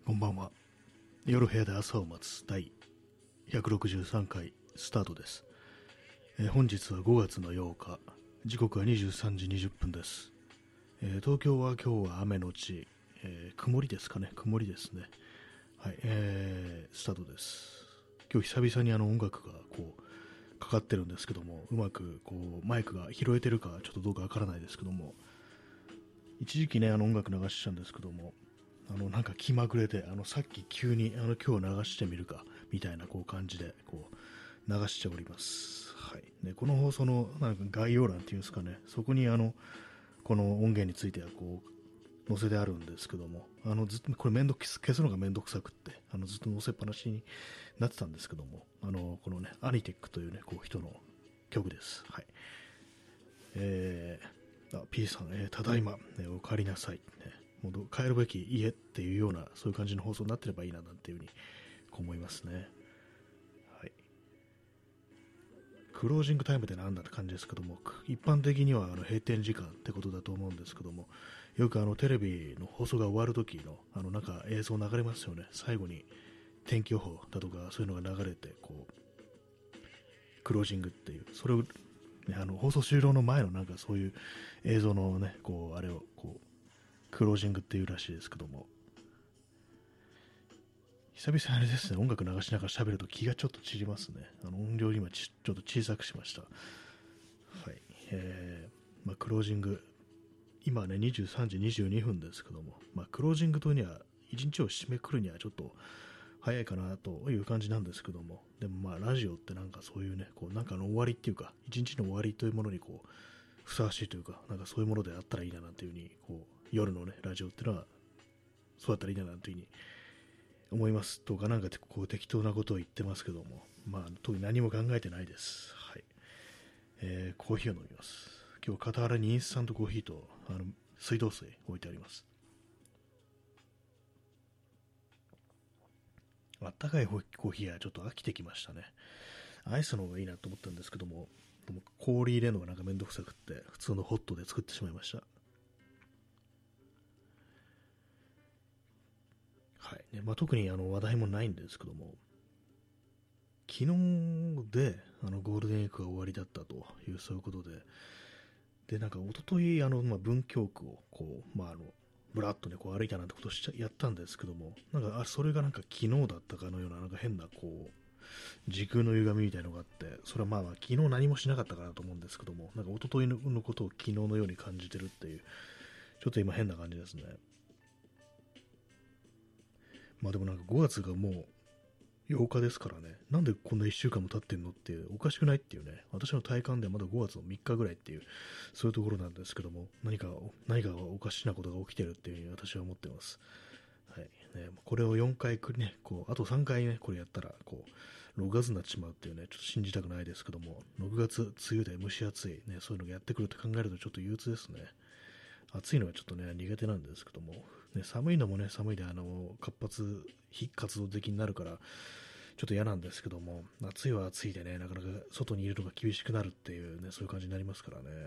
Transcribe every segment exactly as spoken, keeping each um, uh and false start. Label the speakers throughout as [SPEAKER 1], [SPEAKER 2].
[SPEAKER 1] こんばんは。夜部屋で朝を待つ第ひゃくろくじゅうさんかいスタートです。えー本日はごがつのようか、時刻はにじゅうさんじにじゅっぷんです。えー東京は今日は雨のち、えー曇りですかね、曇りですね。はい、えースタートです。今日久々にあの音楽がこうかかってるんですけども、うまくこうマイクが拾えてるかちょっとどうかわからないですけども、一時期ねあの音楽流してたんですけども、あのなんか気まぐれで、あのさっき急にあの今日流してみるかみたいなこう感じでこう流しております。はい。ね、この放送のなんか概要欄っていうんですかね、そこにあのこの音源についてはこう載せてあるんですけども、あのずっとこれめんどく消すのがめんどくさくって、あのずっと載せっぱなしになってたんですけども、あのこのねアニテックというねこう人の曲です。はい。えー、あ P さん、えーただいま、ね、お帰りなさい、ね、もう帰るべき家っていうようなそういう感じの放送になってればいいななんていうふうに思いますね。はい。クロージングタイムってなんだって感じですけども、一般的にはあの閉店時間ってことだと思うんですけども、よくあのテレビの放送が終わる時のあのなんか映像流れますよね。最後に天気予報だとかそういうのが流れてこうクロージングっていう、それを、ね、あの放送終了の前のなんかそういう映像のねこうあれをこうクロージングっていうらしいですけども、久々にあれですね、音楽流しながら喋ると気がちょっと散りますね。あの音量今ちちょっと小さくしました。はい。えー、まあ、クロージング、今ね、にじゅうさんじにじゅうにふんですけども、まあ、クロージングとには、一日を締めくるにはちょっと早いかなという感じなんですけども、でもまあ、ラジオってなんかそういうね、こうなんかの終わりっていうか、一日の終わりというものにこう、ふさわしいというか、なんかそういうものであったらいいななんていうふうに、こう、夜のね、ラジオっていうのは、そうだったらいいななんていうふうに思いますとか、なんかこう適当なことを言ってますけども、まあ、特に何も考えてないです。はい。えー、コーヒーを飲みます。今日、傍らにインスタントコーヒーとあの水道水置いてあります。あったかいコーヒーはちょっと飽きてきましたね。アイスの方がいいなと思ったんですけども、でも氷入れるのがなんかめんどくさくって、普通のホットで作ってしまいました。はいね、まあ、特にあの話題もないんですけども、昨日であのゴールデンウィークが終わりだったという、そういうことで、で、なんか一昨日あの、まあ、文京区をこう、まあ、あのぶらっとね、こう歩いたなんてことをしちゃやったんですけども、なんかあそれがなんか昨日だったかのような、なんか変なこう、時空の歪みみたいなのがあって、それはまあまあ昨日何もしなかったかなと思うんですけども、なんか一昨日ののことを昨日のように感じてるっていう、ちょっと今変な感じですね。まあでもなんかごがつがもうようかですからね、なんでこんないっしゅうかんも経ってんのっていう、おかしくないっていうね、私の体感ではまだごがつのみっかぐらいっていう、そういうところなんですけども、何か、何かおかしなことが起きてるっていうふうに私は思ってます。はいね、これをよんかいくりね、こう、あとさんかいね、これやったら、こう、ろくがつになってしまうっていうね、ちょっと信じたくないですけども、ろくがつ、梅雨で蒸し暑い、ね、そういうのがやってくるって考えるとちょっと憂鬱ですね。暑いのはちょっとね、苦手なんですけども、ね、寒いのもね、寒いで、あの、活発、非活動的になるから、ちょっと嫌なんですけども、暑いは暑いでね、なかなか外にいるのが厳しくなるっていうね、そういう感じになりますからね。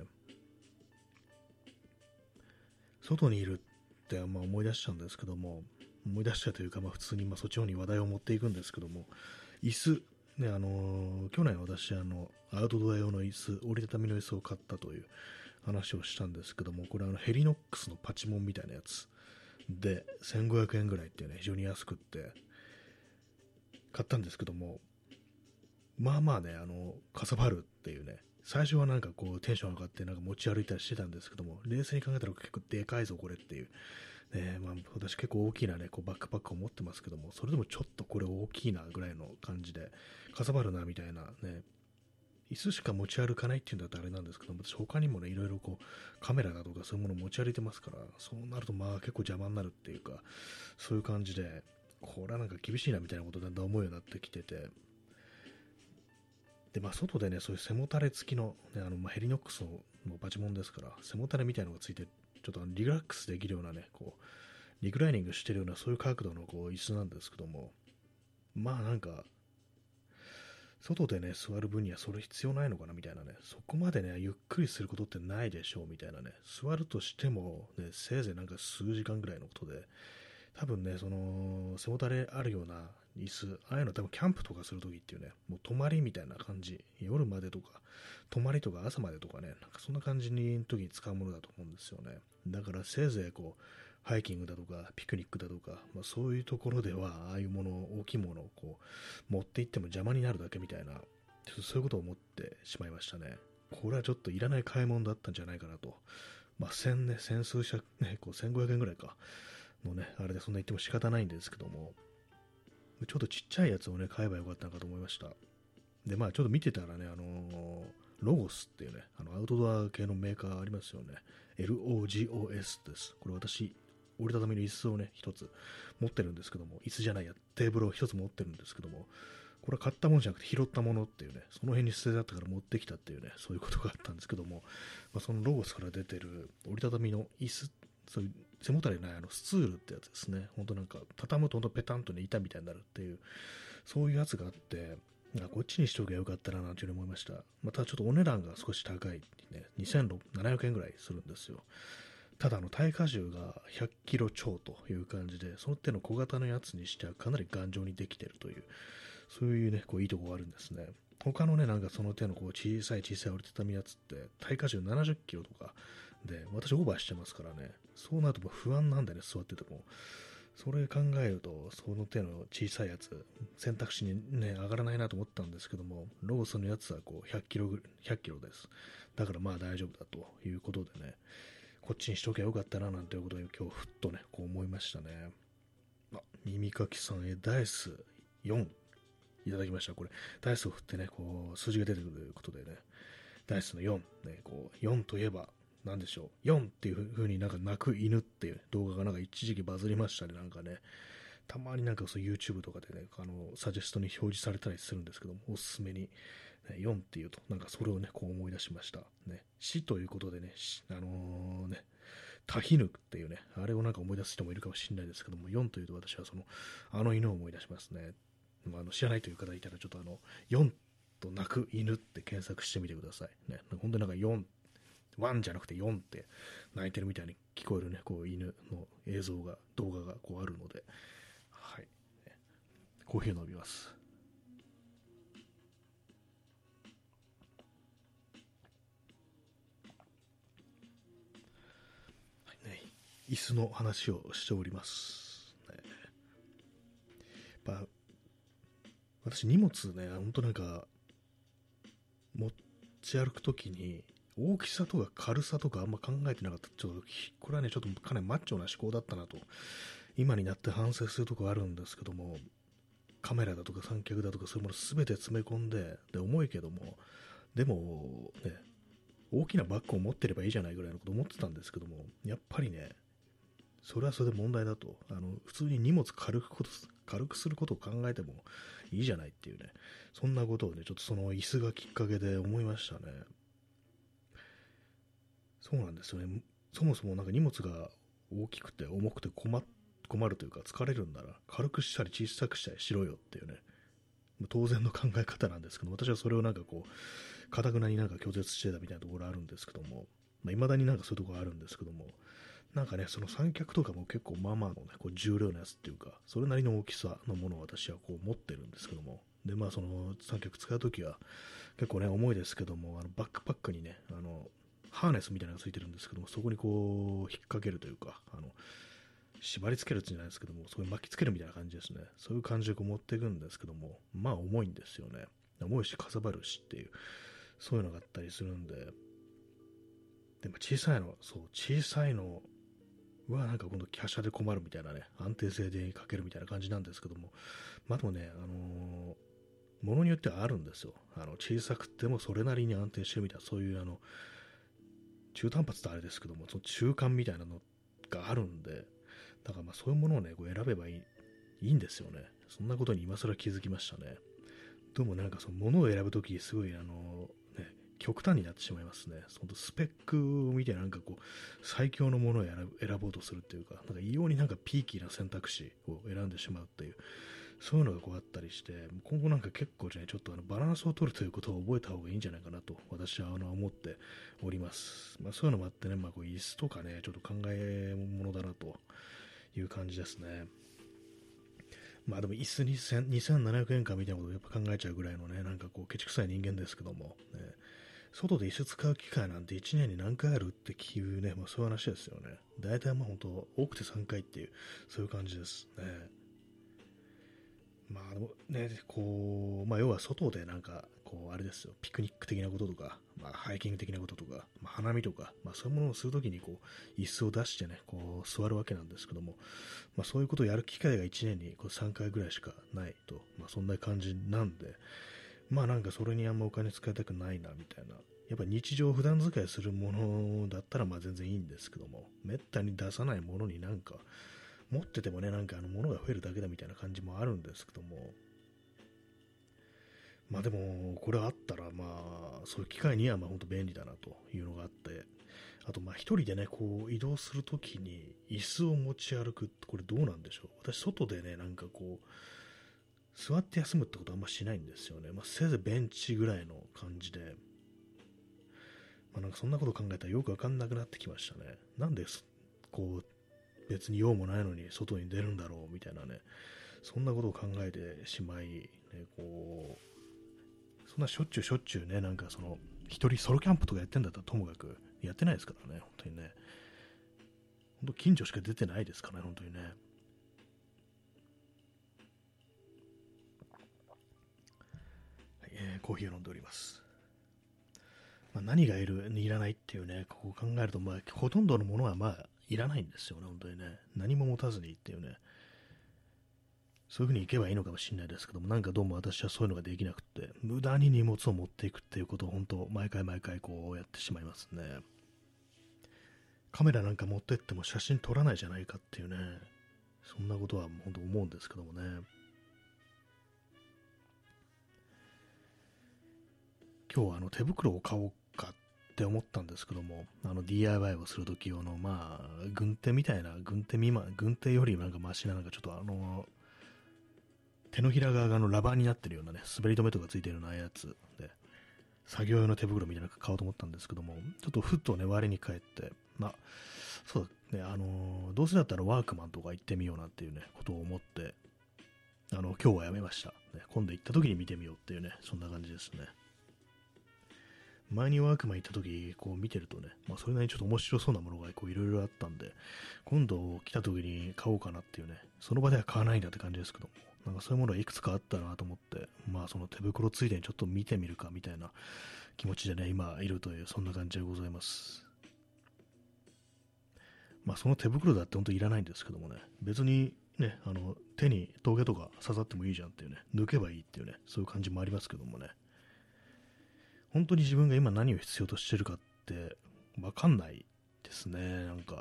[SPEAKER 1] 外にいるってまあ思い出しちゃうんですけども、思い出しちゃうというか、まあ普通にまあそっちの方に話題を持っていくんですけども、椅子、ね、あのー去年私、あの、アウトドア用の椅子、折りたたみの椅子を買ったという話をしたんですけども、これあのヘリノックスのパチモンみたいなやつで、せんごひゃくえんぐらいっていうね、非常に安くって買ったんですけども、まあまあね、あの、かさばるっていうね、最初はなんかこうテンション上がってなんか持ち歩いたりしてたんですけども、冷静に考えたら結構でかいぞこれっていう。ね、まあ私結構大きなね、こうバックパックを持ってますけども、それでもちょっとこれ大きいなぐらいの感じで、かさばるなみたいなね、椅子しか持ち歩かないっていうんだったらあれなんですけども、私他にもね、いろいろこうカメラだとかそういうものを持ち歩いてますから、そうなるとまあ結構邪魔になるっていうか、そういう感じで、これはなんか厳しいなみたいなことだんだん思うようになってきてて、で、まあ、外でね、そういう背もたれ付きの、ね、あのまあ、ヘリノックスのバチモンですから、背もたれみたいなのがついて、ちょっとあのリラックスできるようなね、こう、リクライニングしてるような、そういう角度のこう椅子なんですけども、まあなんか、外でね、座る分にはそれ必要ないのかなみたいなね、そこまでね、ゆっくりすることってないでしょうみたいなね、座るとしても、ね、せいぜいなんか数時間ぐらいのことで、 多分ね、その背もたれあるような椅子、ああいうの多分キャンプとかするときっていうね、もう泊まりみたいな感じ、夜までとか、泊まりとか朝までとかね、なんかそんな感じに時に使うものだと思うんですよね。だからせいぜいこう、ハイキングだとか、ピクニックだとか、まあ、そういうところでは、ああいうもの、大きいものをこう、持って行っても邪魔になるだけみたいな、ちょっとそういうことを思ってしまいましたね。これはちょっといらない買い物だったんじゃないかなと。まあ、千ね、千数百、ね、こうせんごひゃくえんぐらいか。のね、あれでそんな言っても仕方ないんですけども、ちょっとちっちゃいやつをね、買えばよかったのかと思いました。で、まあちょっと見てたらね、あのーロゴスっていうね、あのアウトドア系のメーカーありますよね。エルオージーオーエス です。これ私、折りたたみの椅子をね、一つ持ってるんですけども、椅子じゃないや、テーブルを一つ持ってるんですけども、これは買ったものじゃなくて拾ったものっていうね、その辺に捨ててあったから持ってきたっていうね、そういうことがあったんですけども、まあ、そのロゴスから出てる折りたたみの椅子、そういう背もたれないあのスツールってやつですね。ほんとなんか、畳むとほんとペタンとね、板みたいになるっていう、そういうやつがあって、こっちにしとけばよかったななんていうふうに思いました。またちょっとお値段が少し高い、ね、にせんななひゃくえんぐらいするんですよ。ただあの耐荷重がひゃっキロ超という感じで、その手の小型のやつにしてはかなり頑丈にできているという、そういうね、こういいとこがあるんですね。他のね、なんかその手のこう小さい小さい折りたたみやつって耐荷重ななじゅっキロとかで、私オーバーしてますからね、そうなるともう不安なんでね、座ってても。それ考えると、その手の小さいやつ、選択肢にね、上がらないなと思ったんですけども、ローソンのやつはこうひゃっキロぐ、ひゃっキロです。だからまあ大丈夫だということでね、こっちにしときゃよかったななんていうことを今日ふっとね、こう思いましたね。あ、耳かきさんへダイスよんいただきました。これ、ダイスを振ってね、こう数字が出てくるということでね、ダイスのよん、ね、こうよんといえば、なんでしょう、よんっていう風になんか泣く犬っていう動画がなんか一時期バズりましたね、なんかね。たまになんかそう YouTube とかでね、あの、サジェストに表示されたりするんですけども、おすすめに、ね、よんっていうと、なんかそれをね、こう思い出しました。ね、死ということでね、あのー、ね、タヒヌクっていうね、あれをなんか思い出す人もいるかもしれないですけども、よんというと私はその、あの犬を思い出しますね。まあ、あの知らないという方いたら、ちょっとあの、よんと鳴く犬って検索してみてください。ね、本当になんかよん、ワンじゃなくてよんって鳴いてるみたいに聞こえるね、こう犬の映像が、動画がこうあるので、はい。コーヒーを飲みます。はいね、椅子の話をしております。ね、やっぱ私荷物ね、本当なんか持ち歩くときに大きさとか軽さとかあんま考えてなかった。ちょっとこれはね、ちょっとかなりマッチョな思考だったなと今になって反省するところあるんですけども、カメラだとか三脚だとかそういうもの全て詰め込んで、で重いけども、でもね、大きなバッグを持ってればいいじゃないぐらいのこと思ってたんですけども、やっぱりね、それはそれで問題だと。あの普通に荷物軽くこと軽くすることを考えてもいいじゃないっていうね、そんなことをね、ちょっとその椅子がきっかけで思いましたね。そうなんですよね。そもそもなんか荷物が大きくて重くて困困るというか疲れるんなら軽くしたり小さくしたりしろよっていうね、当然の考え方なんですけど、私はそれをなんかこう、かたくなになんか拒絶してたみたいなところあるんですけども、まあ、未だになんかそういうところあるんですけども、なんかね、その三脚とかも結構まあまあのね、こう重量のやつっていうか、それなりの大きさのものを私はこう持ってるんですけども、で、まあその三脚使うときは結構ね、重いですけども、あのバックパックにね、あの、ハーネスみたいなのがついてるんですけども、そこにこう、引っ掛けるというか、あの、縛り付けるってじゃないですけども、そこに巻きつけるみたいな感じですね。そういう感じでこう持っていくんですけども、まあ重いんですよね。重いし、かさばるしっていう、そういうのがあったりするんで、でも小さいの、そう、小さいのはなんか今度華奢で困るみたいなね、安定性でかけるみたいな感じなんですけども、まあでもね、あのー、ものによってはあるんですよ。あの小さくてもそれなりに安定してるみたいな、そういうあの、中途半端ってあれですけども、その中間みたいなのがあるんで、だからまあそういうものをね、こう選べばいい、いいんですよね。そんなことに今更気づきましたね。でもなんかそのものを選ぶとき、すごいあの、ね、極端になってしまいますね。そのスペックを見てなんかこう、最強のものを選ぶ選ぼうとするっていうか、なんか異様になんかピーキーな選択肢を選んでしまうっていう、そういうのがこうあったりして、今後なんか結構じゃね、ちょっとあのバランスを取るということを覚えた方がいいんじゃないかなと、私はあの思っております。まあそういうのもあってね、まあこう椅子とかね、ちょっと考えものだなという感じですね。まあでも椅子にせんななひゃくえんかみたいなことをやっぱ考えちゃうぐらいのね、なんかこうケチくさい人間ですけども、ね、外で椅子使う機会なんていちねんに何回あるって聞うね、まあそういう話ですよね。大体まあ本当多くてさんかいっていう、そういう感じですね。まあでもね、こう、まあ要は外でなんか、こうあれですよ、ピクニック的なこととか、まあハイキング的なこととか、まあ花見とか、まあそういうものをするときにこう、椅子を出してね、こう座るわけなんですけども、まあそういうことをやる機会がいちねんにこうさんかいぐらいしかないと、まあそんな感じなんで、まあなんかそれにあんまお金使いたくないなみたいな。やっぱ日常普段使いするものだったらまあ全然いいんですけども、めったに出さないものになんか、持っててもね、なんかあの物が増えるだけだみたいな感じもあるんですけども、まあでも、これあったら、まあ、そういう機会にはまあ本当便利だなというのがあって、あとまあ一人でね、こう移動するときに椅子を持ち歩くってこれどうなんでしょう。私外でね、なんかこう、座って休むってことはあんましないんですよね。まあせいぜいベンチぐらいの感じで、まあなんかそんなこと考えたらよくわかんなくなってきましたね。なんで、こう、別に用もないのに外に出るんだろうみたいなね、そんなことを考えてしまい、ね、こう、そんなしょっちゅうしょっちゅうね、なんかその、一人ソロキャンプとかやってんだったらともかくやってないですからね、本当にね。本当近所しか出てないですからね、本当にね。はい、えーコーヒーを飲んでおります。まあ、何がいる、いらないっていうね、こう考えると、まあ、ほとんどのものはまあ、いらないんですよね、本当にね。何も持たずにっていうね。そういう風に行けばいいのかもしれないですけども、なんかどうも私はそういうのができなくて、無駄に荷物を持っていくっていうことを本当、毎回毎回こうやってしまいますね。カメラなんか持ってっても写真撮らないじゃないかっていうね、そんなことは本当思うんですけどもね。今日はあの手袋を買おうかって思ったんですけども、あの ディーアイワイ をするとき用の、まあ、軍手みたいな、軍手未満、軍手よりなんかマシな、なんかちょっとあの、手のひら側があのラバーになってるようなね、滑り止めとかついてるようなやつで、作業用の手袋みたいなの買おうと思ったんですけども、ちょっとふっとね、我に返って、まあ、そうだね、あのーどうせだったらワークマンとか行ってみようなっていうね、ことを思って、あの、今日はやめました。ね、今度行った時に見てみようっていうね、そんな感じですね。前にワークマン行った時、こう見てるとね、まあそれなりにちょっと面白そうなものがこういろいろあったんで、今度来た時に買おうかなっていうね、その場では買わないんだって感じですけども、なんかそういうものがいくつかあったなと思って、まあその手袋ついでにちょっと見てみるかみたいな気持ちでね、今いるという、そんな感じでございます。まあその手袋だって本当いらないんですけどもね、別にね、あの手に峠とか刺さってもいいじゃんっていうね、抜けばいいっていうね、そういう感じもありますけどもね、本当に自分が今何を必要としてるかってわかんないですね。なんか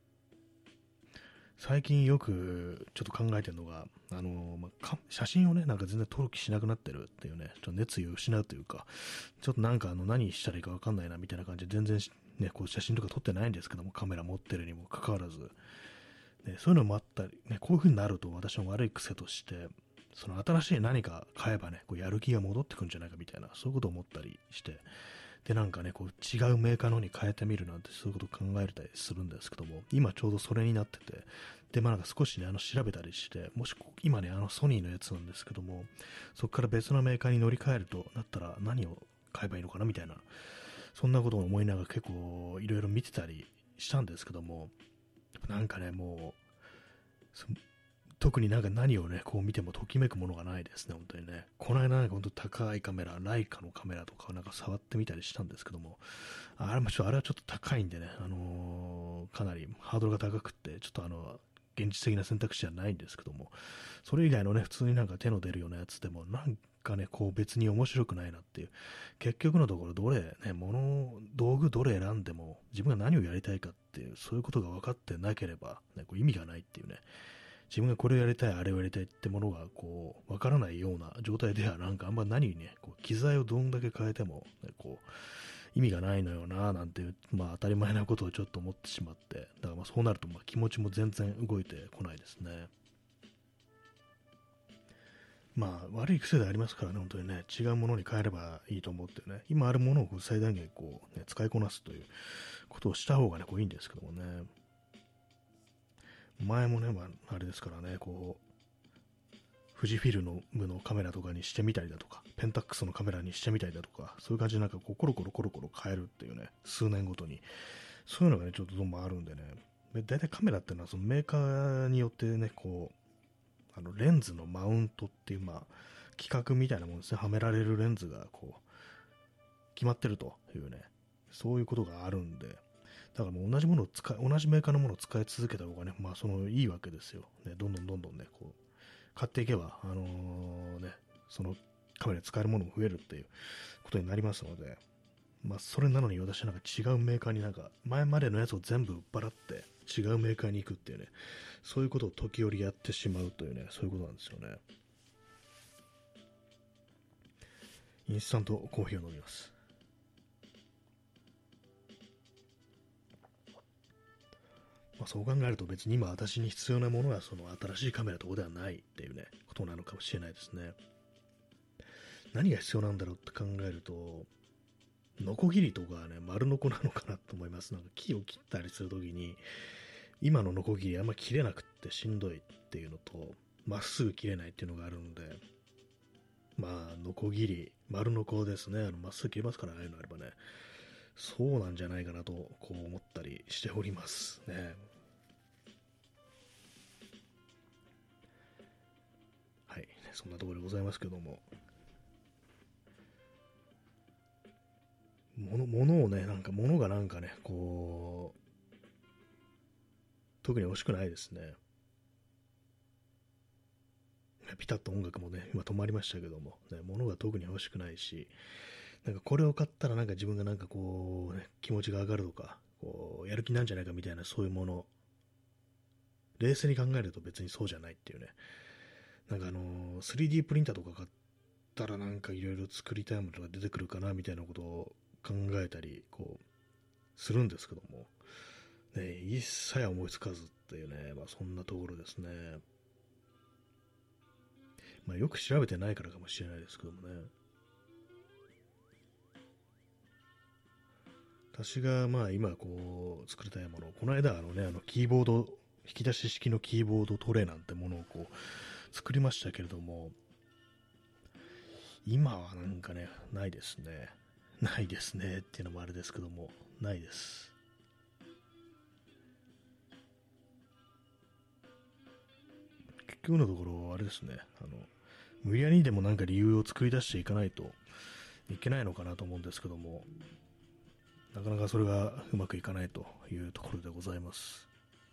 [SPEAKER 1] 最近よくちょっと考えてるのが、あのまあ、写真をね、なんか全然撮る気しなくなってるっていうね、ちょっと熱意を失うというか、ちょっとなんかあの何したらいいかわかんないなみたいな感じで、全然ね、こう写真とか撮ってないんですけども、カメラ持ってるにもかかわらず、ね、そういうのもあったり、ね、こういう風になると私の悪い癖として、その新しい何か買えばね、こうやる気が戻ってくるんじゃないかみたいな、そういうことを思ったりして、で、なんかね、こう違うメーカーのに変えてみるなんてそういうことを考えたりするんですけども、今ちょうどそれになってて、で、まあなんか少しね、あの調べたりして、もし今ね、あのソニーのやつなんですけども、そこから別のメーカーに乗り換えるとなったら何を買えばいいのかなみたいな、そんなことを思いながら結構いろいろ見てたりしたんですけども、なんかね、もう、特になんか何をね、こう見てもときめくものがないですね、本当にね。この間なんか本当高いカメラ、ライカのカメラとかをなんか触ってみたりしたんですけども、あれもちょっと、あれはちょっと高いんでね、あのーかなりハードルが高くって、ちょっとあの、現実的な選択肢じゃないんですけども、それ以外のね、普通になんか手の出るようなやつでも、なんかね、こう別に面白くないなっていう、結局のところどれ、ね、物、道具どれ選んでも、自分が何をやりたいかっていう、そういうことが分かってなければ、ね、こう意味がないっていうね、自分がこれをやりたい、あれをやりたいってものが、こう、わからないような状態では、なんかあんま何にね、こう機材をどんだけ変えても、ね、こう、意味がないのよな、なんていう、まあ当たり前なことをちょっと思ってしまって、だからまあそうなると、まあ気持ちも全然動いてこないですね。まあ悪い癖でありますからね、本当にね、違うものに変えればいいと思ってね、今あるものをこう最大限こう、ね、使いこなすということをした方がね、こういいんですけどもね。 前もね、まあ、あれですからね、こう、富士フィルムのカメラとかにしてみたりだとか、ペンタックスのカメラにしてみたりだとか、そういう感じでなんかこう、コロコロコロコロ変えるっていうね、数年ごとに。そういうのがね、ちょっとどうもあるんでね、で大体カメラっていうのはそのメーカーによってね、こう、あのレンズのマウントっていう、まあ、規格みたいなものですね、はめられるレンズがこう、決まってるというね、そういうことがあるんで、だからもう同じものを使い、同じメーカーのものを使い続けた方がね、まあそのいいわけですよ。ね、どんどんどんどんね、こう、買っていけば、あのーね、そのカメラで使えるものも増えるっていうことになりますので、まあそれなのに私はなんか違うメーカーになんか、前までのやつを全部売っ払って違うメーカーに行くっていうね、そういうことを時折やってしまうというね、そういうことなんですよね。インスタントコーヒーを飲みます。まあ、そう考えると別に今私に必要なものはその新しいカメラとかではないっていうね、ことなのかもしれないですね。何が必要なんだろうって考えると、ノコギリとかね、丸ノコなのかなと思います。なんか木を切ったりするときに、今のノコギリあんま切れなくってしんどいっていうのと、まっすぐ切れないっていうのがあるので、まあ、ノコギリ、丸ノコですね。あの、まっすぐ切れますから、ああいうのあればね。そうなんじゃないかなと、こう思ったりしておりますね。はい。そんなところでございますけども。物、物をね、なんか物がなんかね、こう、特に欲しくないですね。ピタッと音楽もね、今止まりましたけども、ね、物が特に欲しくないし、なんかこれを買ったらなんか自分がなんかこう、ね、気持ちが上がるとか、こう、やる気なんじゃないかみたいなそういうもの、冷静に考えると別にそうじゃないっていうね。なんかあのー、スリーディー プリンターとか買ったらなんかいろいろ作りたいものが出てくるかなみたいなことを考えたり、こう、するんですけども、ね、一切思いつかずっていうね、まあそんなところですね。まあよく調べてないからかもしれないですけどもね。私がまあ今こう作りたいもの、この間あのね、あのキーボード、引き出し式のキーボードトレイなんてものをこう作りましたけれども、今はなんかね、ないですね。ないですねっていうのもあれですけども、ないです。結局のところ、あれですね、あの、無理やりにでもなんか理由を作り出していかないといけないのかなと思うんですけども、なかなかそれがうまくいかないというところでございます。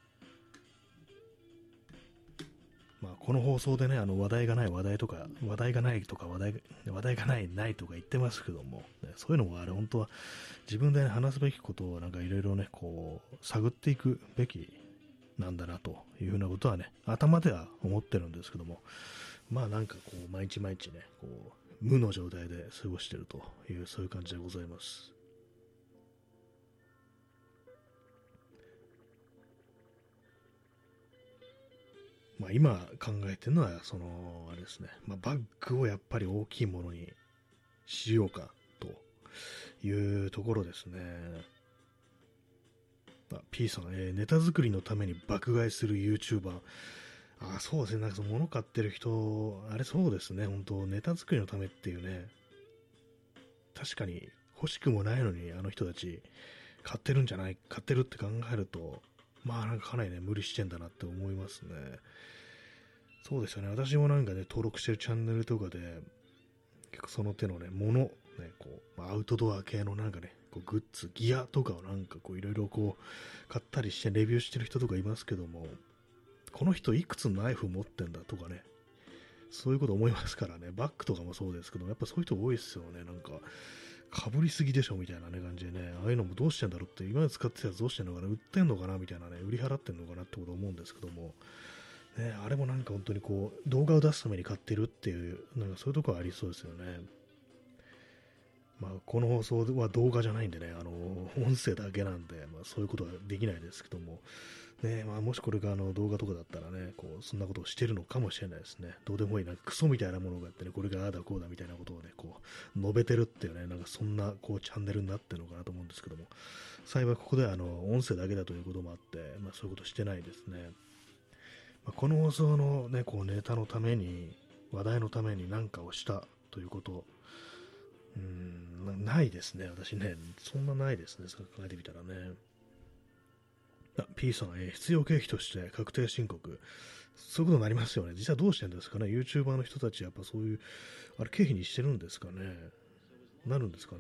[SPEAKER 1] まあ、この放送でね、あの話題がない話題とか、話題がないとか話題、話題がないないとか言ってますけども、ね、そういうのもあれ本当は自分で、ね、話すべきことをなんかいろいろね、こう、探っていくべきなんだなというふうなことはね、頭では思ってるんですけども、まあなんかこう、毎日毎日ね、こう、無の状態で過ごしているという、そういう感じでございます。まあ、今考えてるのは、その、あれですね、まあ、バッグをやっぱり大きいものにしようかというところですね。あ、P さん、えーネタ作りのために爆買いする YouTuber。あ、そうですね、なんかその物買ってる人、あれそうですね、本当ネタ作りのためっていうね、確かに欲しくもないのにあの人たち買ってるんじゃない、買ってるって考えると、まあなんかかなりね、無理してんだなって思いますね。そうですよね。私もなんかね、登録してるチャンネルとかで、結構その手のね、もの、ね、こう、まあアウトドア系のなんかね、こうグッズ、ギアとかをなんかこういろいろこう、買ったりしてレビューしてる人とかいますけども、この人いくつナイフ持ってんだとかね、そういうこと思いますからね、バッグとかもそうですけど、やっぱそういう人多いですよね、なんか、かぶりすぎでしょみたいなね感じでね、ああいうのもどうしてんだろうって、今まで使ってたやつどうしてんのかな、売ってんのかなみたいなね、売り払ってんのかなってこと思うんですけども、ね、あれもなんか本当にこう、動画を出すために買ってるっていう、なんかそういうところありそうですよね。まあ、この放送は動画じゃないんでね、あの、音声だけなんで、まあそういうことはできないですけども、ね、まあもしこれがあの動画とかだったらね、こう、そんなことをしてるのかもしれないですね。どうでもいい、なんかクソみたいなものがあってね、これがああだこうだみたいなことをね、こう、述べてるっていうね、なんかそんなこう、チャンネルになってるのかなと思うんですけども、幸いここではあの、音声だけだということもあって、まあそういうことしてないですね。 この放送のね、こうネタのために、話題のために何かをしたということ、うーん、ないですね、私ね。そんなないですね、考えてみたらね。あ、P さん、えー必要経費として確定申告。そういうことになりますよね。実はどうしてるんですかね。YouTuber の人たち、やっぱそういう、あれ、経費にしてるんですかね。なるんですかね。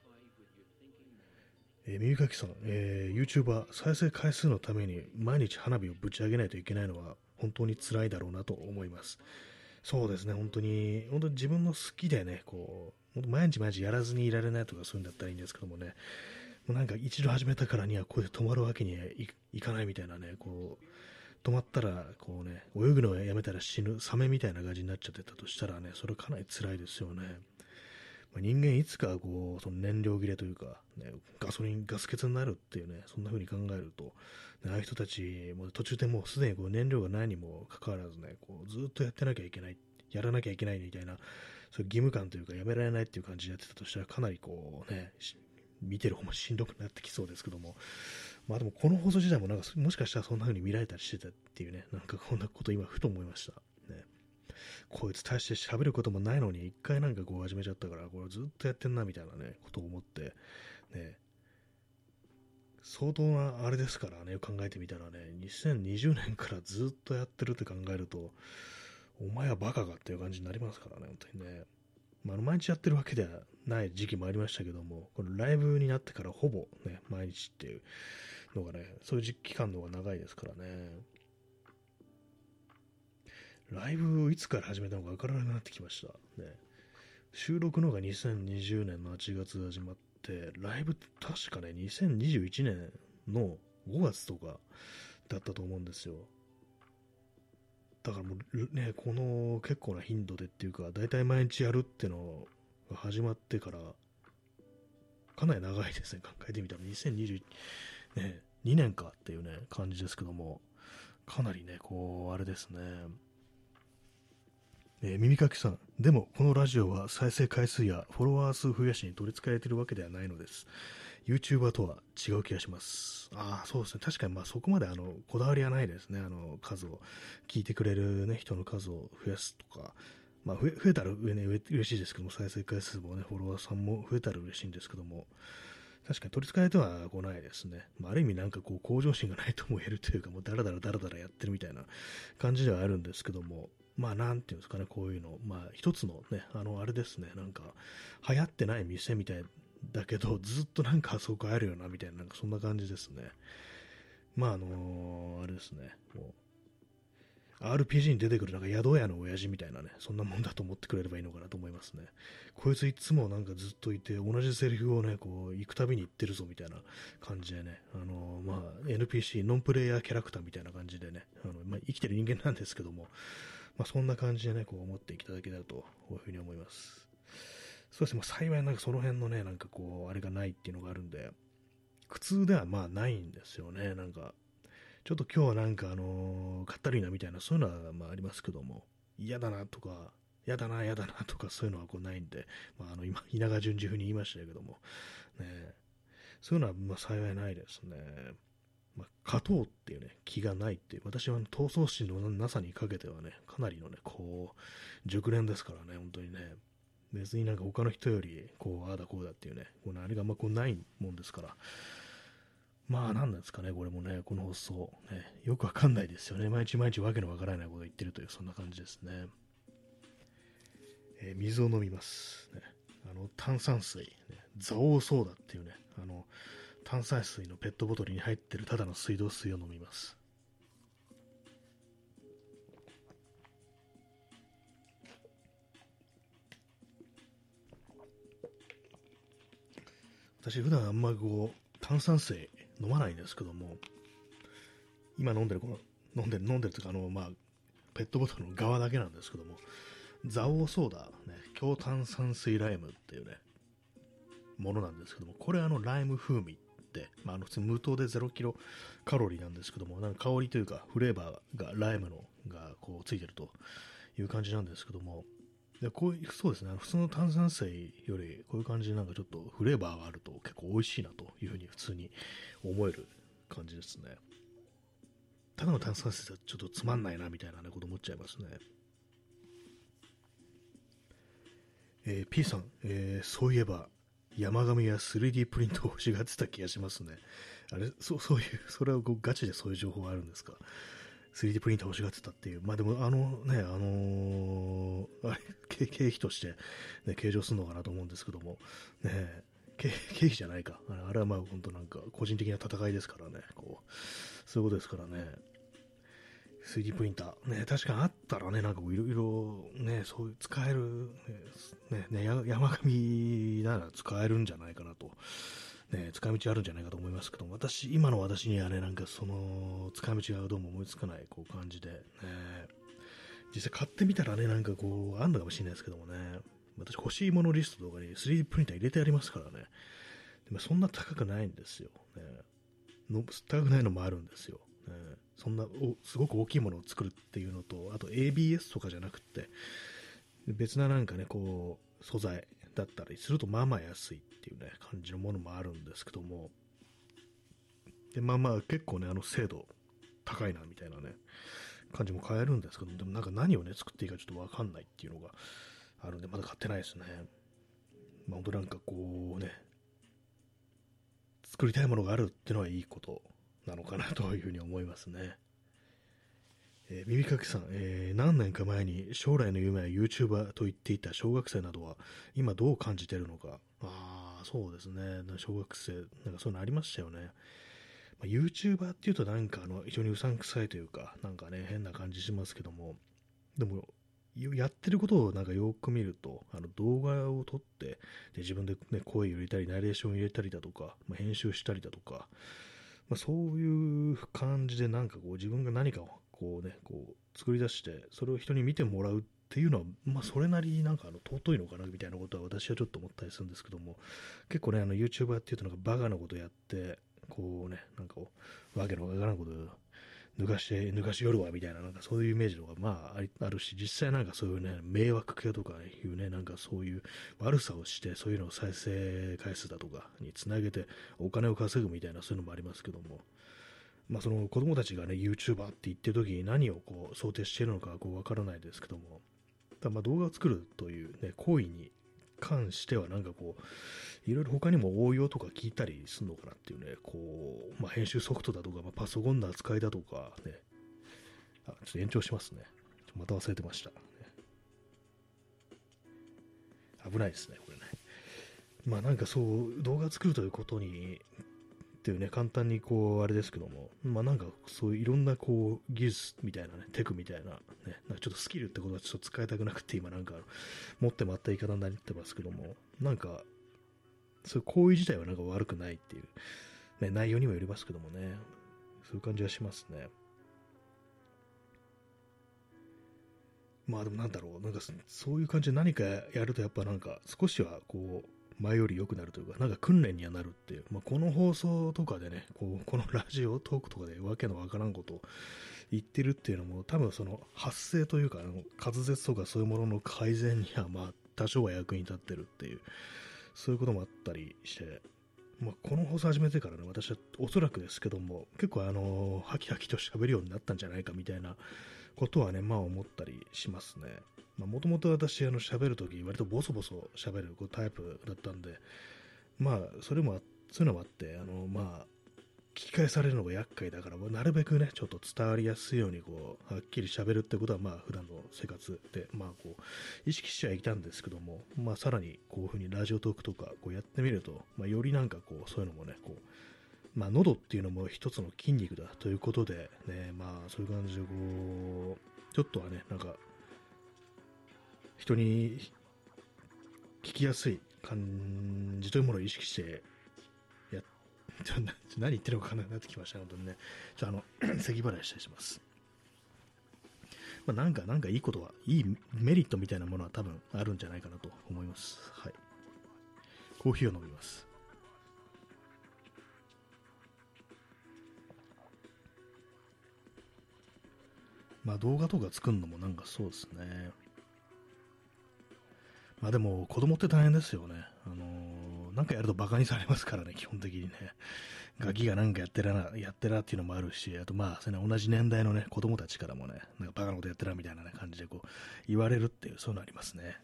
[SPEAKER 1] えー耳かきさん、えー YouTuber 再生回数のために毎日花火をぶち上げないといけないのは本当に辛いだろうなと思います。そうですね、本当に、本当に自分の好きでね、こう、本当毎日毎日やらずにいられないとかそういうんだったらいいんですけどもね、もうなんか一度始めたからにはここで止まるわけにはいいかないみたいなね、こう、止まったら、こうね、泳ぐのをやめたら死ぬ、サメみたいな感じになっちゃってたとしたらね、それかなり辛いですよね。まあ、人間いつかこうその燃料切れというか、ね、ガソリン、ガス欠になるっていうね、そんな風に考えると、ね、ああいう人たちも途中でもうすでにこう燃料がないにもかかわらずね、こうずっとやってなきゃいけない、やらなきゃいけないみたいな、そういう義務感というか、やめられないっていう感じでやってたとしたら、かなりこうね、見てる方もしんどくなってきそうですけども、まあでもこの放送自体もなんかもしかしたらそんな風に見られたりしてたっていうね、なんかこんなこと今ふと思いました。ね、こいつ大して喋ることもないのに一回なんかこう始めちゃったからこれずっとやってんなみたいなねことを思ってね、相当なあれですからね、考えてみたらね、にせんにじゅうねんからずっとやってるって考えると、お前はバカかっていう感じになりますからね、本当にね。まあ、あの毎日やってるわけではない時期もありましたけども、このライブになってからほぼね、毎日っていうのがね、そういう時期間の方が長いですからね。ライブいつから始めたのか分からなくなってきました。ね、収録のがにせんにじゅうねんのはちがつ始まって、ライブ確かね、にせんにじゅういちねんのごがつとかだったと思うんですよ。だからもうね、この結構な頻度でっていうか、だいたい毎日やるってのが始まってから、かなり長いですね、考えてみたら。にせんにじゅうね、にねんかっていうね、感じですけども、かなりね、こう、あれですね。えー耳かきさん、でもこのラジオは再生回数やフォロワー数増やしに取り憑かれているわけではないのです。YouTuber とは違う気がします。ああ、そうですね。確かにまあそこまであのこだわりはないですね。あの数を、聞いてくれる、ね、人の数を増やすとか、まあ、増え増えたら上、ね、上嬉しいですけども、再生回数も、ね、フォロワーさんも増えたら嬉しいんですけども、確かに取り憑かれてはこないですね。まあ、ある意味なんかこう向上心がないとも言えるというか、もうダラダラダラダラやってるみたいな感じではあるんですけども、まあなんていうんですかね、こういうの、まあ一つのね、あのあれですね、なんか流行ってない店みたいだけど、ずっとなんかあそこあるよなみたいな、なんかそんな感じですね。まああのあれですね、もう アールピージー に出てくるなんか宿屋の親父みたいなね、そんなもんだと思ってくれればいいのかなと思いますね。こいついつもなんかずっといて、同じセリフをね、こう、行くたびに言ってるぞみたいな感じでね、あのーまあ、エヌピーシー、ノンプレイヤーキャラクターみたいな感じでね、あのまあ、生きてる人間なんですけども、まあ、そんな感じでね、こう思っていただけたらと、こういうふうに思います。そうですね、まあ、幸いなんかその辺のね、なんかこう、あれがないっていうのがあるんで、苦痛ではまあないんですよね、なんか、ちょっと今日はなんかあのー、かったるいなみたいな、そういうのはまあありますけども、嫌だなとか、嫌だな、嫌だなとか、そういうのはこうないんで、まあ、あの今、稲川淳二風に言いましたけども、ね、そういうのはまあ幸いないですね。まあ、勝とうっていうね、気がないっていう、私は闘争心のなさにかけてはね、かなりのね、こう、熟練ですからね、本当にね、別になんか他の人より、こう、ああだこうだっていうね、こうあれがあんまこうないもんですから、まあ、なんなんですかね、これもね、この放送、ね、よくわかんないですよね。毎日毎日わけのわからないことを言ってるという、そんな感じですね。えー水を飲みます。ね、あの炭酸水、ね、蔵王ソーダっていうね、あの炭酸水のペットボトルに入ってるただの水道水を飲みます。私、普段あんまりこう、炭酸水飲まないんですけども、今飲んでるこの、飲んでる、飲んでるというか、あの、まあ、ペットボトルの側だけなんですけども、蔵王ソーダ、ね、強炭酸水ライムっていうね、ものなんですけども、これあのライム風味って、まあ、あの普通無糖でゼロキロカロリーなんですけども、なんか香りというかフレーバーがライムのがこうついてるという感じなんですけども、でこういうそうですね、普通の炭酸水よりこういう感じでなんかちょっとフレーバーがあると結構美味しいなというふうに普通に思える感じですね。 ただの炭酸水はちょっとつまんないなみたいな、ね、こと思っちゃいますね。えー、P さん、えー、そういえば山上は スリーディー プリントを欲しがってた気がしますね。あれ、そそういう、それはこうガチでそういう情報があるんですか？ スリーディー プリンター欲しがってたっていう。まあでも、あのね、あのー、あれ、経経費として、ね、計上するのかなと思うんですけども、ね、経経費じゃないか。あれはまあ本当なんか個人的な戦いですからね、こう、そういうことですからね。スリーディー プリンター。ね、確かにあったらね、なんかいろいろね、そういう使える、ね、ね、ね、山上なら使えるんじゃないかなと。ね、使い道あるんじゃないかと思いますけども、私、今の私にはね、なんかその、使い道がどうも思いつかない、こう感じで、ね、実際買ってみたらね、なんかこう、あんのかもしれないですけどもね、私欲しいものリストとかに スリーディー プリンター入れてありますからね、でもそんな高くないんですよ。ね、の高くないのもあるんですよ。ね、そんなおすごく大きいものを作るっていうのと、あと エービーエス とかじゃなくて、別ななんかね、こう、素材だったりするとまあまあ安いっていうね、感じのものもあるんですけども、で、まあまあ結構ね、あの精度高いなみたいなね、感じも変えるんですけども、でもなんか何をね、作っていいかちょっとわかんないっていうのがあるんで、まだ買ってないですね。まあ本当なんかこうね、作りたいものがあるっていうのはいいことなのかなというふうに思いますね。えー、耳かきさん、えー、何年か前に将来の夢は YouTuber と言っていた小学生などは今どう感じているのか。ああ、そうですね。小学生、なんかそういうのありましたよね。まあ、YouTuber っていうとなんかあの非常にうさんくさいというか、なんかね、変な感じしますけども、でも、やってることをなんかよく見ると、あの動画を撮って、で自分で、ね、声を入れたり、ナレーションを入れたりだとか、まあ、編集したりだとか、まあ、そういう感じでなんかこう自分が何かをこうね、こう作り出して、それを人に見てもらうっていうのは、まあ、それなりになんかあの尊いのかなみたいなことは私はちょっと思ったりするんですけども、結構ね、あの YouTuber っていうとなんかバカなことやって、こうね、なんかわけのわからんこと抜かして、抜かし夜はみたいな、なんかそういうイメージとか、まあ、あるし、実際なんかそういうね、迷惑系とかいうね、なんかそういう悪さをして、そういうのを再生回数だとかにつなげて、お金を稼ぐみたいな、そういうのもありますけども、まあ、その子供たちがね、YouTuber って言ってる時に何をこう想定しているのかこうわからないですけども、ただまあ動画を作るというね、行為に関してはなんかこう、いろいろ他にも応用とか聞いたりするのかなっていうね、こう、まあ、編集ソフトだとか、まあ、パソコンの扱いだとか、ね、あ、ちょっと延長しますね。また忘れてました。危ないですね、これね。まあなんかそう、動画作るということに、っていうね、簡単にこう、あれですけども、まあなんかそういういろんなこう、技術みたいなね、テクみたいな、ね、なんかちょっとスキルってことはちょっと使いたくなくて、今なんか、持ってまった言い方になってますけども、なんか、そういう行為自体はなんか悪くないっていう、ね、内容にもよりますけどもね、そういう感じはしますね。まあでもなんだろう、なんかそういう感じで何かやるとやっぱなんか少しはこう、前より良くなるというか、なんか訓練にはなるっていう、まあ、この放送とかでね、こうこのラジオトークとかでわけのわからんことを言ってるっていうのも、多分その発声というか、あの滑舌とかそういうものの改善にはまあ多少は役に立ってるっていう、そういうこともあったりして、まあ、この放送始めてからね、私はおそらくですけども、結構あの、ハキハキと喋るようになったんじゃないかみたいなことはね、まあ思ったりしますね。もともと私、あの、喋るとき、割とボソボソ喋るこうタイプだったんで、まあ、それも、そういうのもあって、あの、まあ、聞き返されるのが厄介だから、なるべくね、ちょっと伝わりやすいように、こう、はっきり喋るってことは、まあ、普段の生活で、まあ、こう、意識してはいたんですけども、まあ、さらに、こういうふうにラジオトークとか、こうやってみると、まあ、よりなんかこう、そういうのもね、こう、まあ、喉っていうのも一つの筋肉だということで、ね、まあ、そういう感じで、こう、ちょっとはね、なんか、人に聞きやすい感じというものを意識してやっ何言ってるのかなってきましたね、本当にね。ちょっとあの、咳払いしたりします。まあ、なんか、なんかいいことは、いいメリットみたいなものは多分あるんじゃないかなと思います。はい。コーヒーを飲みます。まあ動画とか作るのもなんかそうですね。まあでも子供って大変ですよね。あのー、 なんかやるとバカにされますからね、基本的にね。ガキがなんかやってらな、やってらっていうのもあるし、あとまあ、その同じ年代のね、子供たちからもね、なんかバカなことやってらみたいな、ね、感じでこう、言われるっていう、そういうのありますね。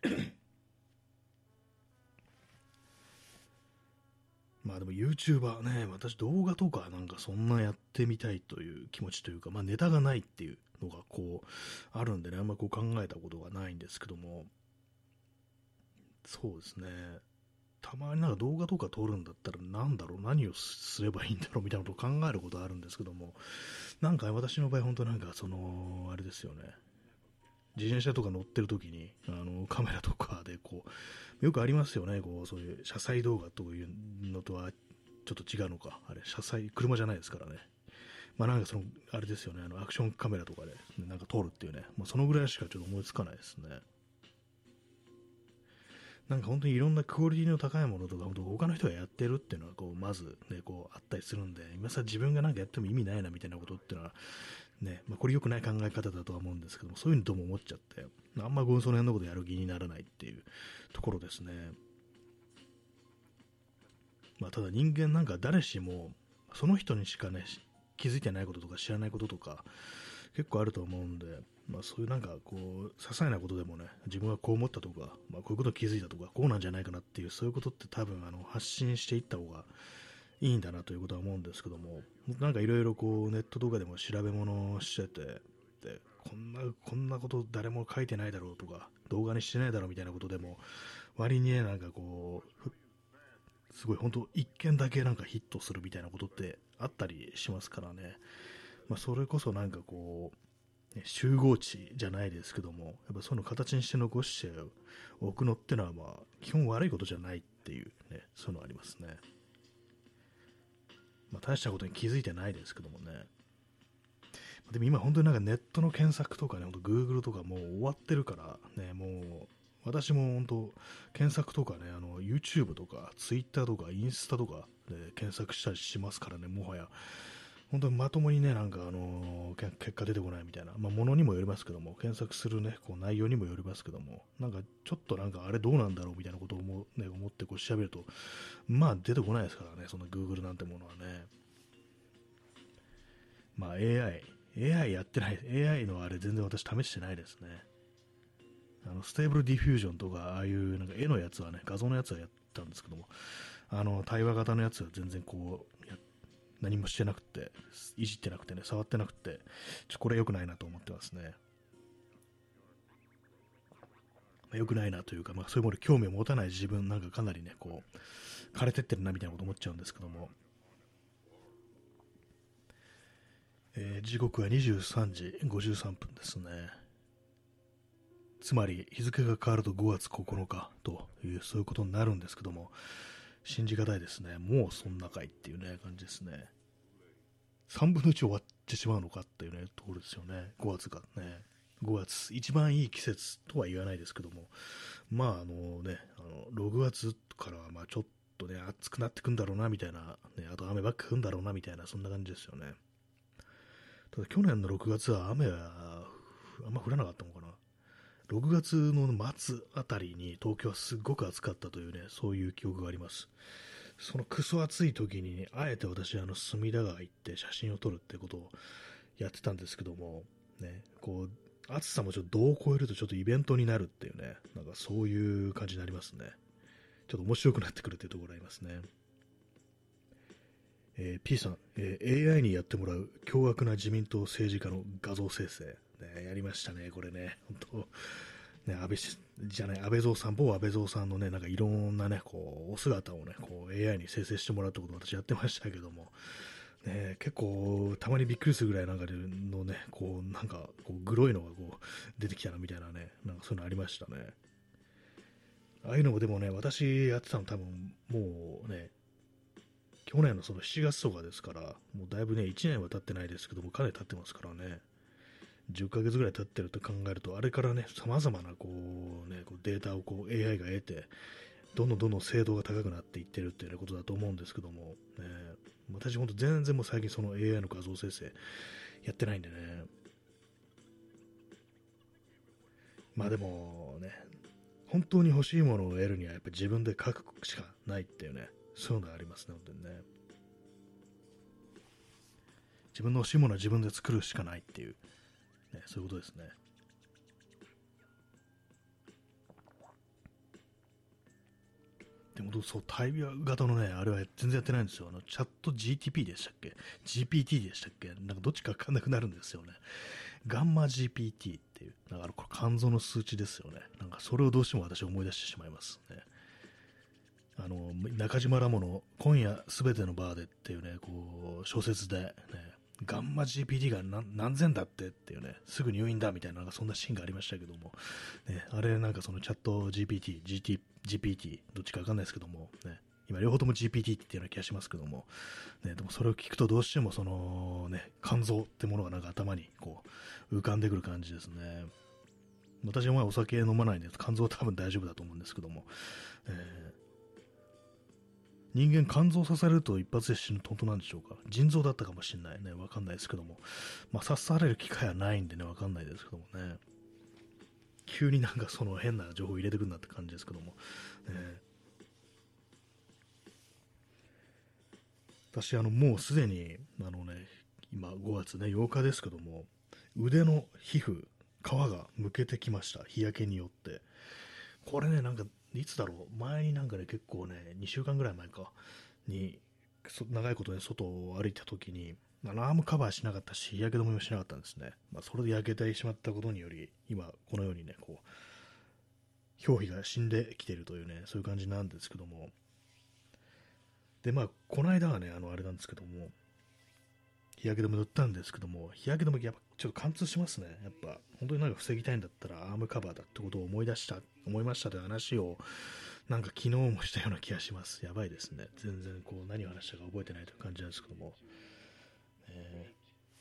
[SPEAKER 1] まあでも YouTuber ね、私動画とかなんかそんなやってみたいという気持ちというか、まあネタがないっていうのがこう、あるんでね、あんまこう考えたことがないんですけども、そうですね。たまになんか動画とか撮るんだったらなんだろう、何をすればいいんだろうみたいなことを考えることはあるんですけども、なんか私の場合本当なんかその、あれですよね。自転車とか乗ってる時に、あの、カメラとかでこう、よくありますよね、こう、そういう車載動画というのとはちょっと違うのか。あれ、車載、車じゃないですからね。まあなんかその、あれですよね、あの、アクションカメラとかで、なんか撮るっていうね、まあそのぐらいしかちょっと思いつかないですね。なんか本当にいろんなクオリティの高いものとか、本当他の人がやってるっていうのは、こう、まずね、こう、あったりするんで、今さ自分がなんかやっても意味ないなみたいなことっていうのは、ね、まあ、これ良くない考え方だとは思うんですけども、そういうのとも思っちゃって、あんまその辺のことやる気にならないっていうところですね。まあ、ただ人間なんか誰しも、その人にしかね、気づいてないこととか知らないこととか、結構あると思うんで、まあ、そういうなんかこう、些細なことでもね、自分はこう思ったとか、まあ、こういうことに気づいたとか、こうなんじゃないかなっていう、そういうことって多分あの発信していった方がいいんだなということは思うんですけども、なんかいろいろこうネットとかでも調べ物をしてて、でこんなこんなこと誰も書いてないだろうとか、動画にしてないだろうみたいなことでも、割にね、なんかこう、すごい本当一件だけなんかヒットするみたいなことってあったりしますからね。まあ、それこそなんかこう、ね、集合値じゃないですけども、やっぱそういうの形にして残しておくのってのはまあ基本悪いことじゃないっていうね、そういうのありますね。まあ、大したことに気づいてないですけどもね。でも今本当になんかネットの検索とかね、本当 Google とかもう終わってるからね、もう私も本当検索とかね、あの YouTube とか Twitter とかインスタとかで検索したりしますからね、もはや。本当にまともにね、なんかあのー結果出てこないみたいな、まあ、ものにもよりますけども、検索するね、こう内容にもよりますけども、なんかちょっとなんかあれどうなんだろうみたいなことを思,、ね、思ってこう調べると、まあ出てこないですからね、その Google なんてものはね。まあ エーアイ、エーアイ やってない、エーアイ のあれ全然私試してないですね。あのステーブルディフュージョンとか、ああいうなんか絵のやつはね、画像のやつはやったんですけども、あの対話型のやつは全然こう、や何もしてなくて、いじってなくてね、触ってなくて、ちょこれ良くないなと思ってますね。まあ、良くないなというか、まあ、そういうものに興味を持たない自分なんかかなりね、こう、枯れてってるなみたいなこと思っちゃうんですけども、えー時刻はにじゅうさんじごじゅうさんぷんですね。つまり日付が変わるとごがつここのかというそういうことになるんですけども、信じがたいですね。もうそんなかいっていうね感じですね。さんぶんのいち終わってしまうのかっていうねところですよね。ごがつがね、ごがつ一番いい季節とは言わないですけども、まああのね、あのろくがつからはまあちょっとね暑くなってくんだろうなみたいな、ね、あと雨ばっか降るんだろうなみたいな、そんな感じですよね。ただ去年のろくがつは雨はあんま降らなかったのかな。ろくがつの末あたりに東京はすっごく暑かったというね、そういう記憶があります。そのクソ暑い時に、あえて私、あの、隅田川行って写真を撮るってことをやってたんですけども、ね、こう、暑さもちょっと度を超えるとちょっとイベントになるっていうね、なんかそういう感じになりますね。ちょっと面白くなってくるっていうところがありますね。えー、P さん、えー、エーアイ にやってもらう凶悪な自民党政治家の画像生成。ね、やりましたね、これね。本当ね、安倍しじゃない、安倍蔵さん、某安倍蔵さんのね、なんかいろんなね、こう、お姿をね、こう、エーアイ に生成してもらうってことを私やってましたけども、ね、結構、たまにびっくりするぐらいなんかのね、こう、なんか、こう、グロいのがこう、出てきたなみたいなね、なんかそういうのありましたね。ああいうのもでもね、私やってたの多分、もうね、去年のそのしちがつとかですから、もうだいぶね、いちねんは経ってないですけども、かなり経ってますからね、じゅっかげつぐらい経ってると考えると、あれからね、様々なこう、ね、こうデータをこう エーアイ が得て、どんどんどんどん精度が高くなっていってるっていう、ね、ことだと思うんですけども、ね、私本当全然もう最近その エーアイ の画像生成やってないんでね、まあでもね、 本当に欲しいものを得るにはやっぱり自分で書くしかないっていうね、そういうのがありますね、本当にね。自分の欲しいものは自分で作るしかないっていう、ね、そういうことですね。でもそう、対話型のね、あれは全然やってないんですよ。あの、チャット ジーティーピー でしたっけ ?ジーピーティー でしたっけなんかどっちかわかんなくなるんですよね。ガンマ ジーピーティー っていう、だからこれ肝臓の数値ですよね。なんかそれをどうしても私思い出してしまいますね。あの、中島ラモの今夜すべてのバーでっていうね、こう、小説で、ね、ガンマ ジーピーティー が何何千だってっていうね、すぐ入院だみたいな、なんかそんなシーンがありましたけども、ね、あれなんかそのチャット ジーピーティー、ジーティー、ジーピーティー、どっちかわかんないですけども、ね、今両方とも ジーピーティー って言ってるような気がしますけども、ね、でもそれを聞くとどうしてもそのね、肝臓ってものがなんか頭にこう浮かんでくる感じですね。私はまあお酒飲まないんで肝臓は多分大丈夫だと思うんですけども、えー人間肝臓刺されると一発で死ぬと本当なんでしょうか。腎臓だったかもしれないね。わかんないですけども。まあ刺される機会はないんでね、わかんないですけどもね。急になんかその変な情報入れてくるなって感じですけども。えー、私、あの、もうすでに、あのね、今ごがつね、ようかですけども、腕の皮膚、皮がむけてきました。日焼けによって。これね、なんか、いつだろう、前になんかね、結構ね、にしゅうかんぐらい前か、に、長いことね、外を歩いた時に、あのアームカバーしなかったし、日焼け止めもしなかったんですね。まあ、それで焼けてしまったことにより、今、このようにね、こう、表皮が死んできているというね、そういう感じなんですけども、で、まあ、この間はね、あの、あれなんですけども、日焼け止め塗ったんですけども、日焼け止めやっぱちょっと貫通しますね。やっぱ、本当になんか防ぎたいんだったらアームカバーだってことを思い出した、思いましたという話を、なんか昨日もしたような気がします。やばいですね。全然こう何を話したか覚えてないという感じなんですけども。え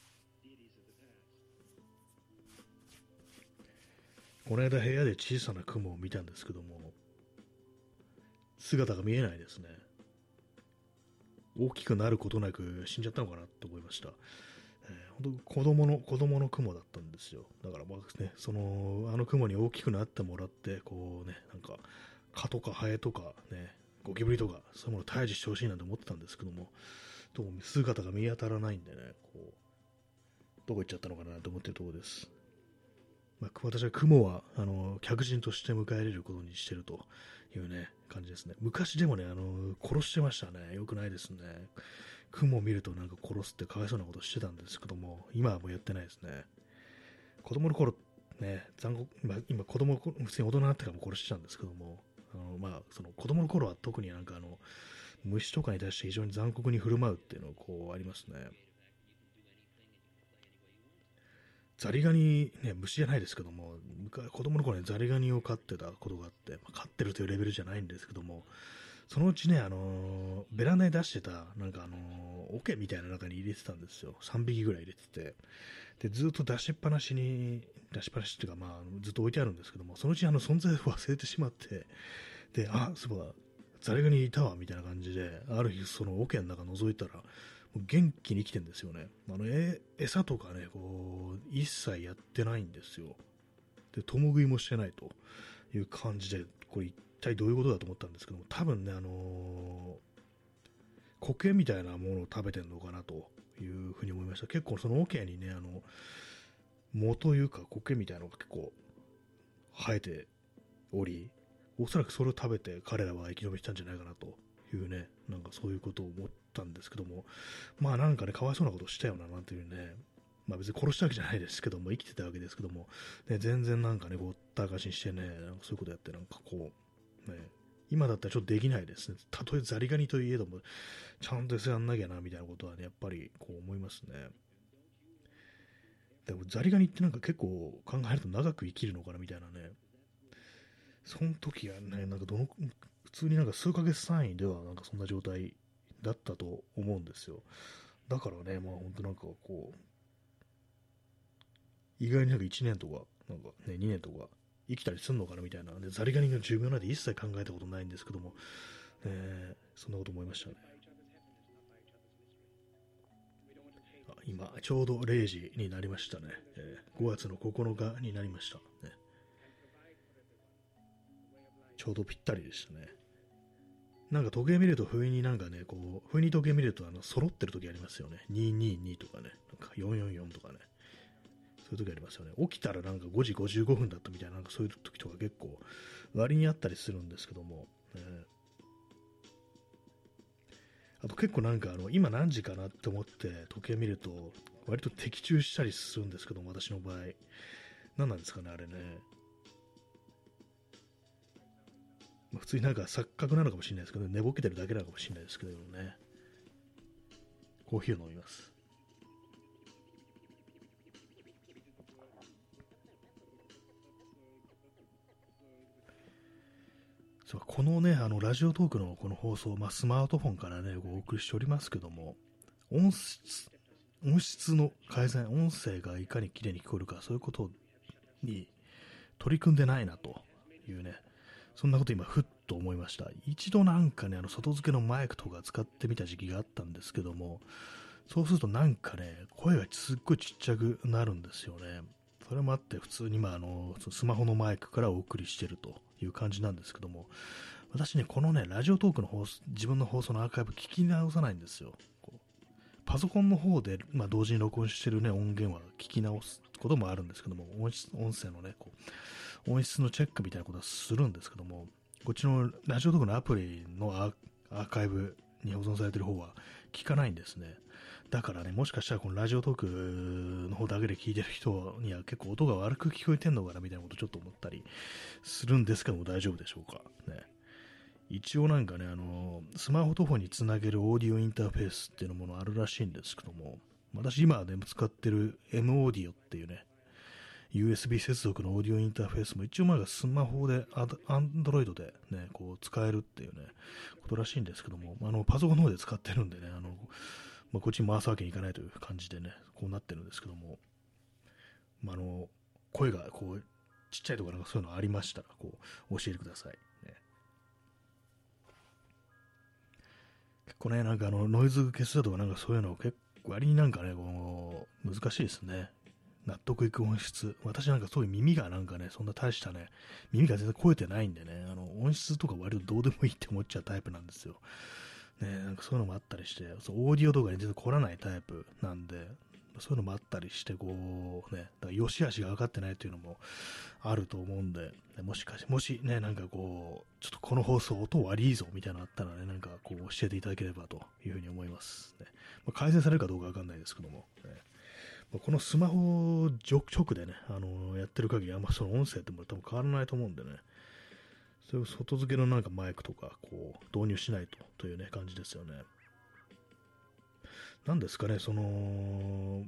[SPEAKER 1] ー、この間部屋で小さな雲を見たんですけども、姿が見えないですね。大きくなることなく死んじゃったのかなと思いました。えー、本当子供の子供の雲だったんですよ。だからまあね、そのあの雲に大きくなってもらって、こうね、なんか蚊とかハエとかね、ゴキブリとかそういうものを退治してほしいなんて思ってたんですけども、どうも姿が見当たらないんでね、こうどこ行っちゃったのかなと思ってるところです。まあ、私は雲はあの客人として迎え入れることにしてるというね感じですね。昔でもねあの殺してましたね。よくないですね。雲を見るとなんか殺すってかわいそうなことしてたんですけども、今はもうやってないですね。子供の頃ね、残酷、まあ、今子供、普通に大人になってからも殺してたんですけども、あのまあその子供の頃は特になんかあの虫とかに対して非常に残酷に振る舞うっていうのがこうありますね。ザリガニ、ね、虫じゃないですけども、子供の頃にザリガニを飼ってたことがあって、まあ、飼ってるというレベルじゃないんですけども、そのうちね、あのーベランダに出してた、なんかあのー桶みたいな中に入れてたんですよ。さんびきぐらい入れてて。で、ずっと出しっぱなしに、出しっぱなしっていうか、まあ、ずっと置いてあるんですけども、そのうちあの存在を忘れてしまって、で、あ、そういえば、ザリガニいたわ、みたいな感じで、ある日、その桶の中覗いたら、もう元気に生きてんですよね。あの、え、餌とかね、こう、一切やってないんですよ。で、共食いもしてないという感じで、これ一体どういうことだと思ったんですけども、多分ね、あのー苔みたいなものを食べてるのかなというふうに思いました。結構その桶にね、あの、藻というか苔みたいなのが結構生えており、おそらくそれを食べて彼らは生き延びたんじゃないかなというね、なんかそういうことを思ったんですけども、まあなんかね、かわいそうなことをしたよな、なんていうね、まあ別に殺したわけじゃないですけども、生きてたわけですけども、ね、全然なんかね、こう、ったかしにしてね、なんかそういうことやって、なんかこう、ね、今だったらちょっとできないですね。たとえザリガニといえども、ちゃんと餌やんなきゃな、みたいなことはね、やっぱりこう思いますね。でもザリガニってなんか結構考えると長く生きるのかな、みたいなね。その時はね、なんかどの、普通になんか数ヶ月単位ではなんかそんな状態だったと思うんですよ。だからね、まあ本当なんかこう、意外になんかいちねんとか、なんかね、にねんとか生きたりするのかなみたいな。で、ザリガニの寿命なんて一切考えたことないんですけども、えー、そんなこと思いましたね。あ今、ちょうどれいじになりましたね。えー、ごがつのここのかになりました。ね、 ちょうどぴったりでしたね。なんか時計見ると不意になんかね、こう、不意に時計見るとあの揃ってる時ありますよね。にひゃくにじゅうにとかね、なんかよんひゃくよんじゅうよんとかね。そういう時ありますよね。起きたらなんかごじごじゅうごふんだったみたいな、なんかそういう時とか結構割にあったりするんですけども、ね、あと結構なんかあの、今何時かなって思って時計見ると、割と的中したりするんですけども、私の場合。何なんですかね、あれね。まあ、普通になんか錯覚なのかもしれないですけど、寝ぼけてるだけなのかもしれないですけどね。コーヒーを飲みます。そうこのね、あのラジオトークのこの放送、まあ、スマートフォンからね、お送りしておりますけども、音質、音質の改善、音声がいかに綺麗に聞こえるか、そういうことに取り組んでないなというね、そんなこと今、ふっと思いました。一度なんかね、あの外付けのマイクとか使ってみた時期があったんですけども、そうするとなんかね、声がすっごいちっちゃくなるんですよね。それもあって、普通にまああのスマホのマイクからお送りしているという感じなんですけども、私ね、このね、ラジオトークの放送、自分の放送のアーカイブ聞き直さないんですよ。こうパソコンの方で、まあ、同時に録音してるね、音源は聞き直すこともあるんですけども、音質、音声のね、こう、音質のチェックみたいなことはするんですけども、こっちのラジオトークのアプリのアーアーカイブに保存されてる方は聞かないんですね。だからね、もしかしたらこのラジオトークの方だけで聞いてる人には結構音が悪く聞こえてんのかなみたいなことちょっと思ったりするんですけども、大丈夫でしょうかね。一応なんかね、あの、スマホとフォンにつなげるオーディオインターフェースっていうものあるらしいんですけども、私今ね、使ってる M オーディオっていうね、ユーエスビー 接続のオーディオインターフェースも一応まだスマホで、アンドロイドでね、こう使えるっていうね、ことらしいんですけども、あの、パソコンの方で使ってるんでね、あの、まあ、こっちに回すわけにいかないという感じでね、こうなってるんですけども、まあ、あの、声がこう、ちっちゃいとかなんかそういうのありましたら、こう、教えてください。ね、結構ね、なんかあの、ノイズ消すだとかなんかそういうの結構割になんかね、こう、難しいですね。納得いく音質。私なんかそういう耳がなんかね、そんな大したね、耳が全然超えてないんでね、あの、音質とか割とどうでもいいって思っちゃうタイプなんですよ。ね、なんかそういうのもあったりして、そうオーディオ動画に全然凝らないタイプなんで、そういうのもあったりして、こう、ね、だから良し悪しが分かってないっていうのもあると思うんで、もしかし、もしね、なんかこう、ちょっとこの放送音悪いぞみたいなのあったらね、なんかこう教えていただければというふうに思います。ね、まあ、改善されるかどうか分かんないですけども、ね、まあ、このスマホ直でね、あのーやってる限りあんまその音声っても多分変わらないと思うんでね、そういう外付けのなんかマイクとかこう導入しないとというね感じですよね。なんですかね、その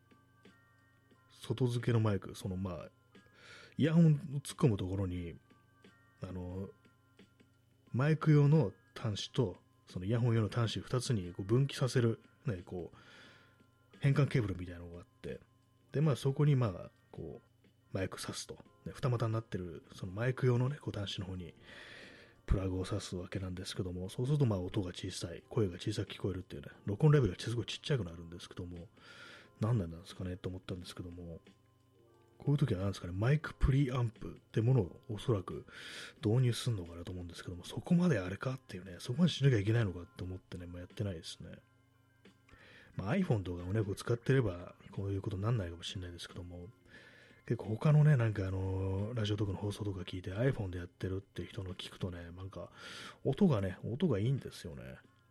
[SPEAKER 1] 外付けのマイク、そのまあイヤホンを突っ込むところにあのマイク用の端子とそのイヤホン用の端子ふたつにこう分岐させるねこう変換ケーブルみたいなのがあって、でまあそこにまあこうマイク挿すと、ね、二股になってるそのマイク用のねこう端子の方にプラグを挿すわけなんですけども、そうするとまあ音が小さい、声が小さく聞こえるっていうね、録音レベルがすごいちっちゃくなるんですけども、何なんですかねと思ったんですけども、こういう時は何ですかね、マイクプリアンプってものをおそらく導入するのかなと思うんですけども、そこまであれかっていうね、そこまでしなきゃいけないのかって思ってね、もうやってないですね。まあ、iPhone とかをね、こう使ってればこういうことにならないかもしれないですけども、結構他のね、なんかあのーラジオとかの放送とか聞いて iPhone でやってるって人の聞くとね、なんか音がね、音がいいんですよね。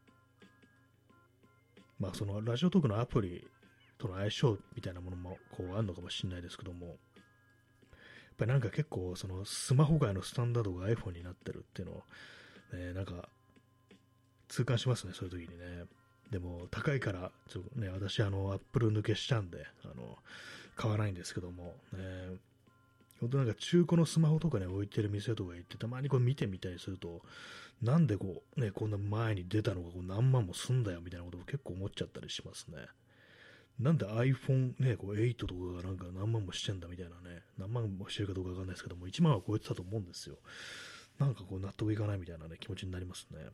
[SPEAKER 1] まあそのラジオトークのアプリとの相性みたいなものもこうあるのかもしれないですけども、やっぱりなんか結構そのスマホ界のスタンダードが iPhone になってるっていうのを、ね、なんか痛感しますね、そういう時にね。でも高いからちょっとね、私あの Apple 抜けしたんであの買わないんですけども、ね、本当なんか中古のスマホとかね置いてる店とか行ってたまにこう見てみたりすると、なんでこうねこんな前に出たのがこう何万もすんだよみたいなことを結構思っちゃったりしますね。なんで iPhone ねこうはちとかがなんか何万もしてんだみたいなね、何万もしてるかどうかわかんないですけどもいちまんは超えてたと思うんですよ。なんかこう納得いかないみたいなね気持ちになりますね。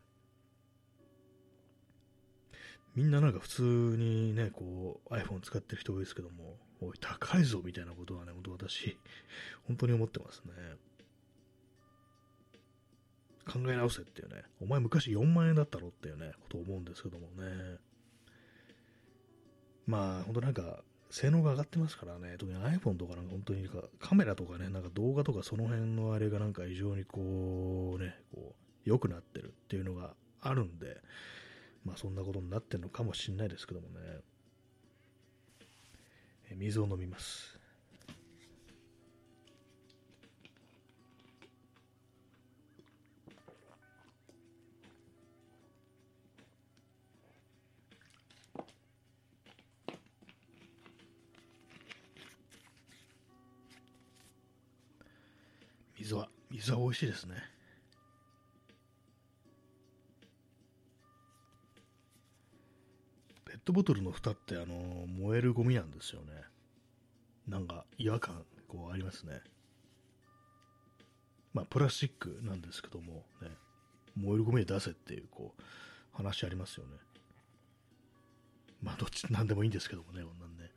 [SPEAKER 1] みんななんか普通にねこう iPhone 使ってる人多いですけども、おい高いぞみたいなことはね本当私本当に思ってますね。 考え直せっていうね、お前昔よんまん円だったろっていうね、ことを思うんですけどもね。まあ、本当なんか、性能が上がってますからね、特に iPhone とかなんか本当にかカメラとかね、なんか動画とかその辺のあれがなんか非常にこうね、こう、良くなってるっていうのがあるんで、まあそんなことになってるのかもしれないですけどもね。え水を飲みます。水は、水は美味しいですね。ペットボトルの蓋ってあの燃えるゴミなんですよね。なんか違和感こうありますね。まあプラスチックなんですけどもね、燃えるゴミで出せっていうこう話ありますよね。まあどっちなんでもいいんですけどもね、こんなんね。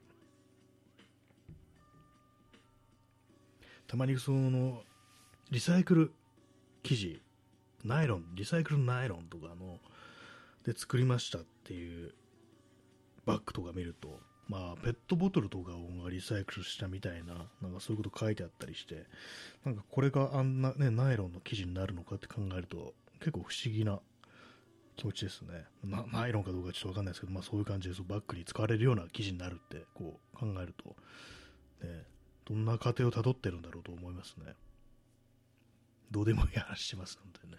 [SPEAKER 1] たまにそのリサイクル生地、ナイロン、リサイクルナイロンとかので作りましたっていうバッグとか見ると、まあ、ペットボトルとかをリサイクルしたみたいな、なんかそういうこと書いてあったりして、なんかこれがあんなね、ナイロンの生地になるのかって考えると、結構不思議な気持ちですね。なナイロンかどうかちょっとわかんないですけど、まあそういう感じで、バッグに使われるような生地になるって、こう考えると、ね、どんな過程をたどってるんだろうと思いますね。どうでもいい話しますのでね。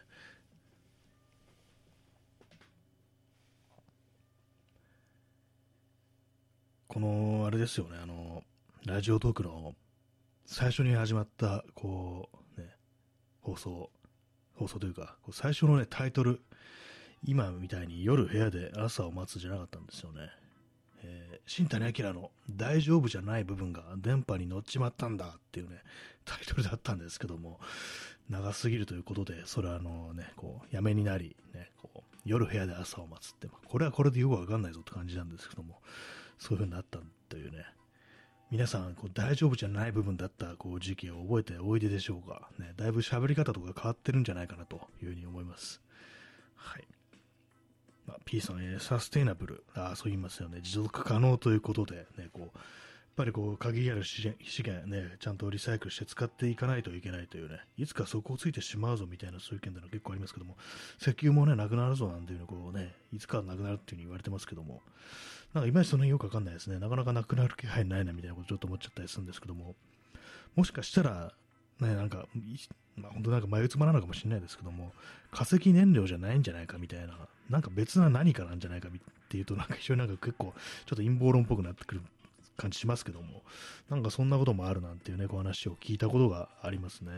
[SPEAKER 1] この、あれですよね、あの、ラジオトークの最初に始まった、こう、ね、放送、放送というか、こう最初のね、タイトル、今みたいに夜部屋で朝を待つじゃなかったんですよね。えー、新谷明の大丈夫じゃない部分が電波に乗っちまったんだっていうね、タイトルだったんですけども、長すぎるということで、それはあのね、こう、やめになり、ね、こう、夜部屋で朝を待つって、これはこれでよくわかんないぞって感じなんですけども、そういう風になったというね、皆さんこう大丈夫じゃない部分だったこう時期を覚えておいででしょうか、ね、だいぶ喋り方とか変わってるんじゃないかなというふうに思います。はい。まあ、P さん、えーサステイナブル、あそう言いますよね、持続可能ということで、ね、こう、やっぱりこう限りある資源、資源ね、ちゃんとリサイクルして使っていかないといけないというね、いつか底をついてしまうぞみたいなそういう意見での結構ありますけども、石油もね、なくなるぞなんていうのこうね、いつかはなくなるっていうふうに言われてますけども、なんかいまいちその辺よくわかんないですね。なかなかなくなる気配ないなみたいなことちょっと思っちゃったりするんですけども、もしかしたら、ね、なんか、まあ、本当なんか眉つまらないかもしれないですけども、化石燃料じゃないんじゃないかみたいな、なんか別な何かなんじゃないかっていうと、なんか非常になんか結構、ちょっと陰謀論っぽくなってくる感じしますけども、なんかそんなこともあるなんていうね、こう話を聞いたことがありますね。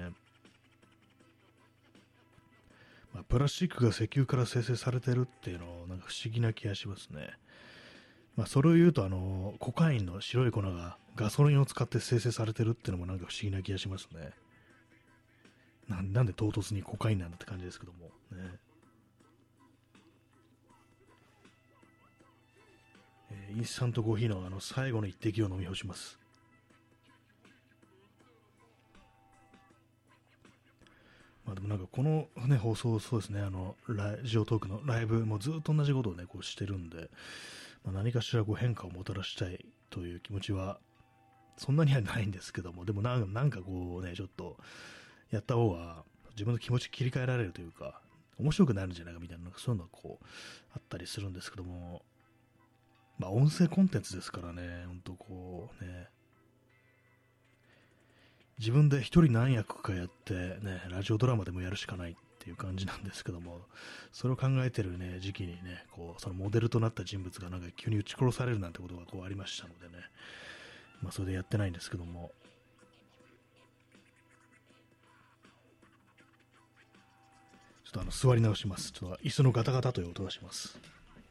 [SPEAKER 1] まあ、プラスチックが石油から生成されてるっていうのは、なんか不思議な気がしますね。まあ、それを言うと、あの、コカインの白い粉がガソリンを使って生成されてるっていうのもなんか不思議な気がしますね。ななんで唐突にコカインなんだって感じですけども。ねえーインスタントコーヒーのあの最後の一滴を飲み干します。まあでもなんかこのね、放送、そうですね、あの、ラジオトークのライブもずっと同じことをね、こうしてるんで、まあ、何かしらこう変化をもたらしたいという気持ちはそんなにはないんですけども、でもなんなんかこうね、ちょっとやった方が自分の気持ち切り替えられるというか、面白くなるんじゃないかみたいな、そういうのがこうあったりするんですけども、まあ音声コンテンツですからね、ほんとこうね、自分で一人何役かやってね、ラジオドラマでもやるしかないっていう感じなんですけども、それを考えてるね、時期にね、こう、そのモデルとなった人物がなんか急に撃ち殺されるなんてことがこうありましたのでね、まあそれでやってないんですけども、ちょっとあの座り直します。ちょっと椅子のガタガタという音がします。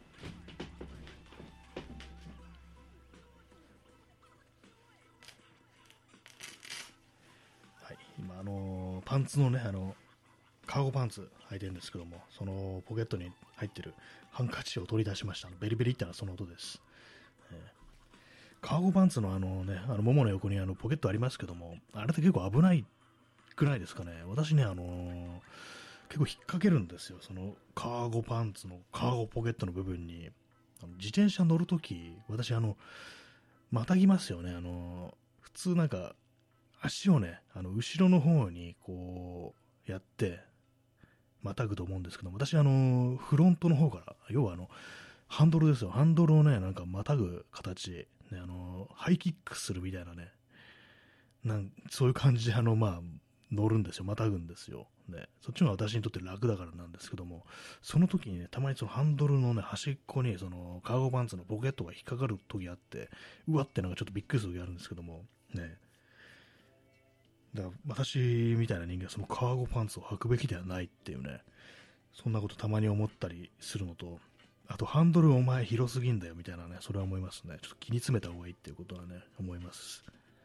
[SPEAKER 1] はい、今あのーパンツのね、あのカーゴパンツ履いてるんですけども、そのポケットに入ってるハンカチを取り出しました。あのベリベリってのはその音です。えーカーゴパンツのあのね、あのももの横にあのポケットありますけども、あれって結構危ないくないですかね。私ね、あのー結構引っ掛けるんですよ。そのカーゴパンツのカーゴポケットの部分に。あの自転車乗るとき、私あの、またぎますよね。あの、普通なんか、足をね、あの、後ろの方にこう、やって、またぐと思うんですけど、私あの、フロントの方から、要はあの、ハンドルですよ。ハンドルをね、なんかまたぐ形、ね、あの、ハイキックするみたいなね、なんそういう感じで、あの、まあ、乗るんですよ。またぐんですよ。ね、そっちの方が私にとって楽だからなんですけども、その時にね、たまにそのハンドルのね、端っこに、その、カーゴパンツのポケットが引っかかる時あって、うわってなんかちょっとびっくりする時あるんですけども、ね、だから私みたいな人間はそのカーゴパンツを履くべきではないっていうね、そんなことたまに思ったりするのと、あとハンドルお前広すぎんだよみたいなね、それは思いますね。ちょっと気に詰めた方がいいっていうことはね、思います。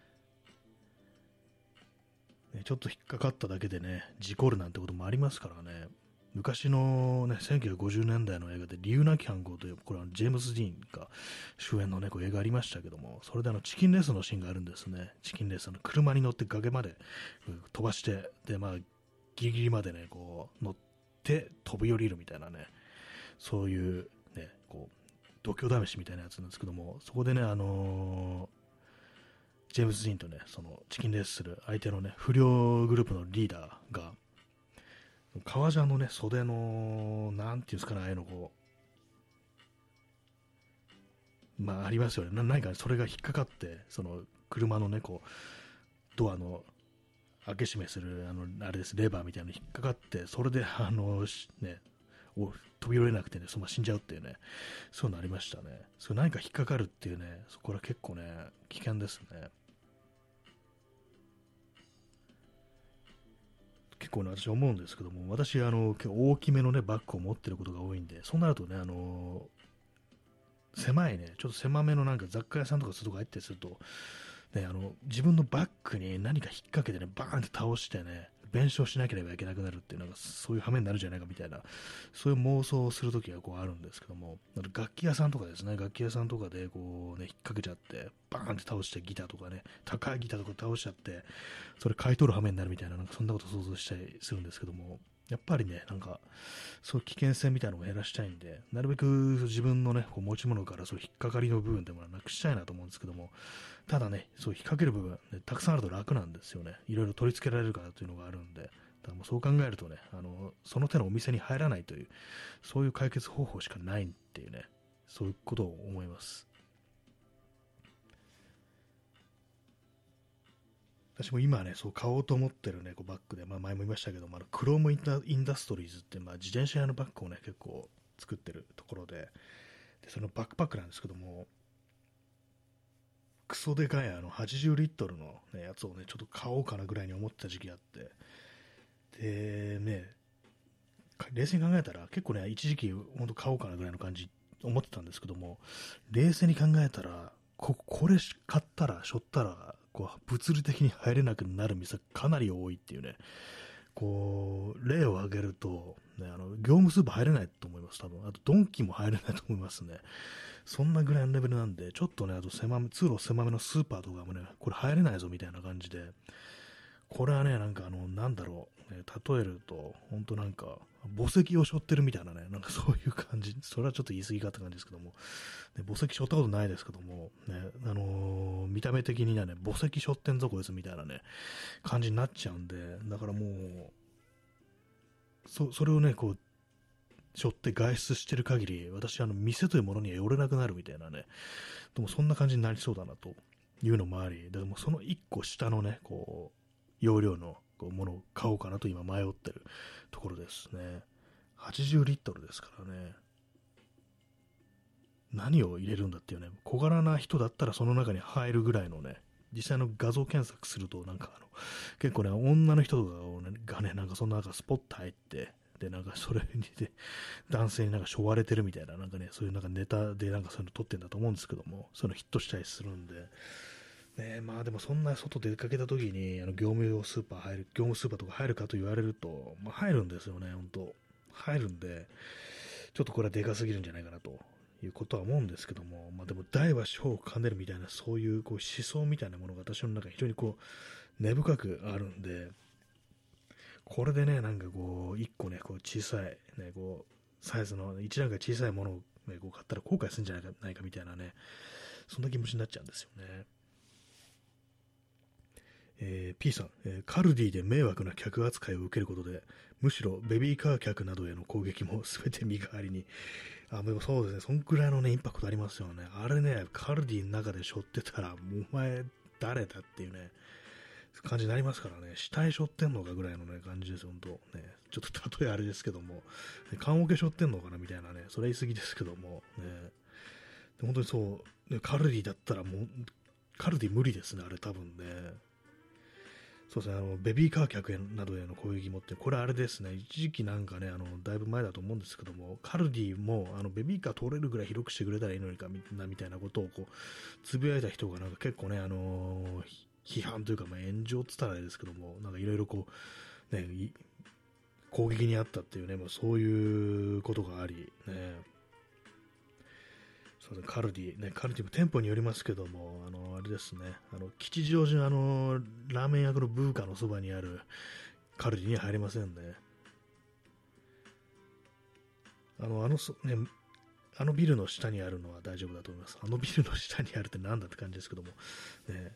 [SPEAKER 1] ね、ちょっと引っかかっただけでね、事故るなんてこともありますからね。昔のね、せんきゅうひゃくごじゅうねんだいの映画で、理由なき犯行という、これはジェームズ・ディーンが主演の、ね、こう映画ありましたけども、それであのチキンレースのシーンがあるんですね。チキンレースの車に乗って崖まで飛ばして、で、まあ、ギリギリまでね、こう乗って飛び降りるみたいなね、そういうね、こう、度胸試しみたいなやつなんですけども、そこでね、あのージェームズ・ディーンとね、そのチキンレースする相手のね、不良グループのリーダーが、革ジャンのね、袖の、なんていうんですかね、ああいうのこう、まあありますよね。な何かそれが引っかかって、その車のね、こう、ドアの開け閉めする、あの、あれです、レバーみたいなの引っかかって、それで、あの、ね、お飛び降りれなくてね、そのまま死んじゃうっていうね、そういうのありましたね。それ何か引っかかるっていうね、そこは結構ね、危険ですね。結構ね、私思うんですけども、私、あの、結構大きめのね、バッグを持ってることが多いんで、そうなるとね、あの、狭いね、ちょっと狭めのなんか雑貨屋さんとかそういうとこ入ってすると、ね、あの、自分のバッグに何か引っ掛けてね、バーンって倒してね、弁償しなければいけなくなるっていう、なんかそういう羽目になるんじゃないかみたいな、そういう妄想をするときがこうあるんですけども、楽器屋さんとかですね、楽器屋さんとかでこうね、引っ掛けちゃって、バーンって倒してギターとかね、高いギターとか倒しちゃって、それ買い取る羽目になるみたいな、なんかそんなこと想像したりするんですけども、やっぱりね、なんか、そういう危険性みたいなのを減らしたいんで、なるべく自分のね、こう持ち物からそういう引っかかりの部分でもなくしたいなと思うんですけども、ただね、そう引っ掛ける部分、ね、たくさんあると楽なんですよね。いろいろ取り付けられるからというのがあるんで、だからもうそう考えるとね、あの、その手のお店に入らないという、そういう解決方法しかないっていうね、そういうことを思います。私も今ね、そう買おうと思ってるね、こうバッグで、まあ前も言いましたけども、あのクロームインダインダストリーズって、まあ自転車用のバッグをね、結構作ってるところで、でそのバックパックなんですけども、クソでかいあのはちじゅうリットルの、ね、やつをね、ちょっと買おうかなぐらいに思った時期があって、でね、冷静に考えたら、結構ね、一時期、本当買おうかなぐらいの感じ、思ってたんですけども、冷静に考えたら、ここれ買ったら、背負ったら、こう物理的に入れなくなる店かなり多いっていうね、こう、例を挙げると、ね、あの、業務スーパー入れないと思います、多分。あと、ドンキも入れないと思いますね。そんなぐらいのレベルなんで、ちょっとね、あと狭め、通路狭めのスーパーとかもね、これ入れないぞみたいな感じで、これはね、なんかあの、なんだろう、ね、例えると、本当なんか、墓石を背負ってるみたいなね、なんかそういう感じ、それはちょっと言い過ぎかって感じですけども、ね、墓石背負ったことないですけども、ね、あのー見た目的にはね、墓石背負ってんぞこいつみたいなね、感じになっちゃうんで、だからもう、そそれをね、こう、背負って外出してる限り、私、あの、店というものには寄れなくなるみたいなね、でもそんな感じになりそうだなというのもあり、でもその一個下のね、こう、容量のこうものを買おうかなと今迷ってるところですね。はちじゅうリットルですからね。何を入れるんだっていうね、小柄な人だったらその中に入るぐらいのね、実際の画像検索すると、なんかあの、結構ね、女の人とかを、ね、がね、なんかそんななんかスポット入って、で、なんかそれにで、男性になんかしょわれてるみたいな、なんかね、そういうなんかネタでなんかそういうの撮ってんだと思うんですけども、そういうのヒットしたりするんで、ね、まあでもそんな外出かけた時に、あの業務用スーパー入る、業務スーパーとか入るかと言われると、まあ入るんですよね、本当入るんで、ちょっとこれはでかすぎるんじゃないかなということは思うんですけども、まあでも大は小を兼ねるみたいな、そういうこう思想みたいなものが私の中に非常にこう根深くあるんで、 これでね、なんかこう、一個ね、こう小さい、ね、こう、サイズの一段階小さいものを、ね、こう買ったら後悔するんじゃないか、ないかみたいなね、そんな気持ちになっちゃうんですよね。えー、P さん、えー、カルディで迷惑な客扱いを受けることで、むしろベビーカー客などへの攻撃も全て身代わりに。あ、でもそうですね、そんくらいのね、インパクトありますよね。あれね、カルディの中で背負ってたら、もうお前誰だっていうね、感じになりますからね、死体背負ってんのかぐらいのね、感じですよ、本当ね。ちょっと例えあれですけども、棺桶背負ってんのかなみたいなね、それ言い過ぎですけども、ね、本当にそう、ね、カルディだったらもう、カルディ無理ですね、あれ多分ね。そうですね、あのベビーカー客などへの攻撃もって、これあれですね、一時期なんかね、あのだいぶ前だと思うんですけども、カルディもあのベビーカー通れるぐらい広くしてくれたらいいのにかみなみたいなことをこうつぶやいた人がなんか結構ね、あのー批判というか、まあ、炎上って言ったらあれですけども、なんかいろいろこう、ね、攻撃にあったっていうね、まあ、そういうことがあり、ね、そうですね、カルディ、ね、カルディも店舗によりますけども、あの、あれですね、あの、吉祥寺のあの、ラーメン屋のブーカのそばにあるカルディには入れませんね。あの、あの、ね、あのビルの下にあるのは大丈夫だと思います。あのビルの下にあるってなんだって感じですけども、ね、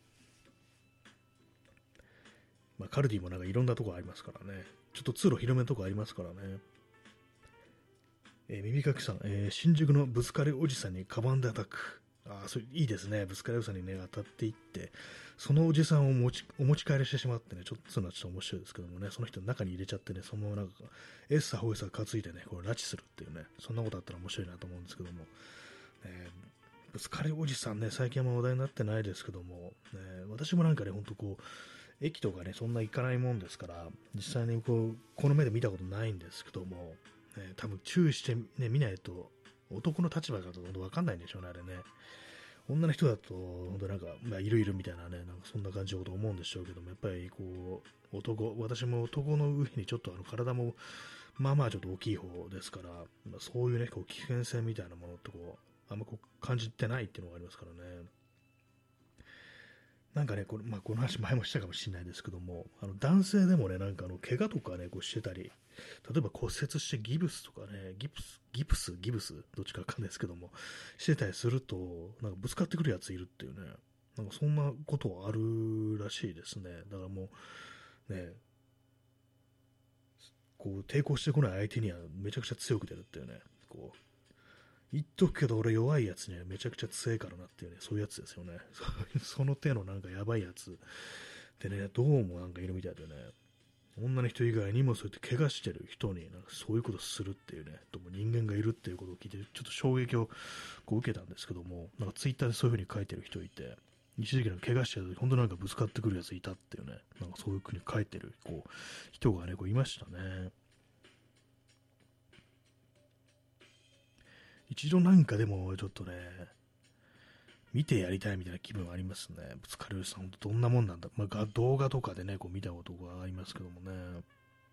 [SPEAKER 1] まあ、カルディもなんかいろんなとこありますからね、ちょっと通路広めのとこありますからね。えー、耳かきさん、えー、新宿のぶつかりおじさんにカバンでアタック。ああ、それいいですね。ぶつかりおじさんにね、当たっていって、そのおじさんを持ちお持ち帰りしてしまってね、ちょっとのはちょっと面白いですけどもね、その人の中に入れちゃってね、そのままなんか、エッサホイサ担いでね、こう拉致するっていうね、そんなことあったら面白いなと思うんですけども、えー、ぶつかりおじさんね、最近は話題になってないですけども、ね、私もなんかね、ほんとこう、駅とかね、そんな行かないもんですから、実際にこう、この目で見たことないんですけども、ね、多分注意して、ね、見ないと、男の立場だと分かんないんでしょうね、あれね。女の人だと、本当なんか、まあ、いるいるみたいなね、なんかそんな感じのこと思うんでしょうけども、やっぱりこう、男、私も男の上にちょっとあの体も、まあまあちょっと大きい方ですから、まあ、そういうね、こう危険性みたいなものってこう、あんまこう感じてないっていうのがありますからね。なんかね、これ、まあ、この話前もしたかもしれないですけども、あの男性でもね、なんかあの怪我とかね、こうしてたり、例えば骨折してギブスとかね、ギプス、ギプス、ギブス、どっちかわかんないですけども、してたりすると、なんかぶつかってくるやついるっていうね、なんかそんなことあるらしいですね。だからもう、ね、こう抵抗してこない相手にはめちゃくちゃ強く出るっていうね、こう、言っとくけど俺弱いやつにはめちゃくちゃ強いからなっていうね、そういうやつですよね。その手のなんかやばいやつでね、どうもなんかいるみたいでね、女の人以外にもそうやって怪我してる人になんかそういうことするっていうね、どうも人間がいるっていうことを聞いて、ちょっと衝撃をこう受けたんですけども、なんかツイッターでそういう風に書いてる人いて、一時期の怪我してる時、本当なんかぶつかってくるやついたっていうね、なんかそういう風に書いてるこう人がね、こういましたね。一度なんかでもちょっとね、見てやりたいみたいな気分はありますね。ぶつかるさん、どんなもんなんだ。まあ、動画とかでね、こう見たことがありますけどもね。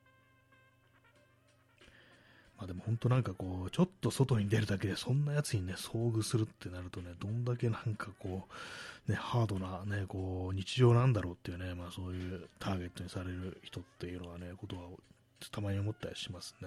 [SPEAKER 1] まあでも本当なんかこう、ちょっと外に出るだけでそんなやつにね、遭遇するってなるとね、どんだけなんかこう、ね、ハードなね、こう、日常なんだろうっていうね、まあそういうターゲットにされる人っていうのはね、ことはたまに思ったりしますね。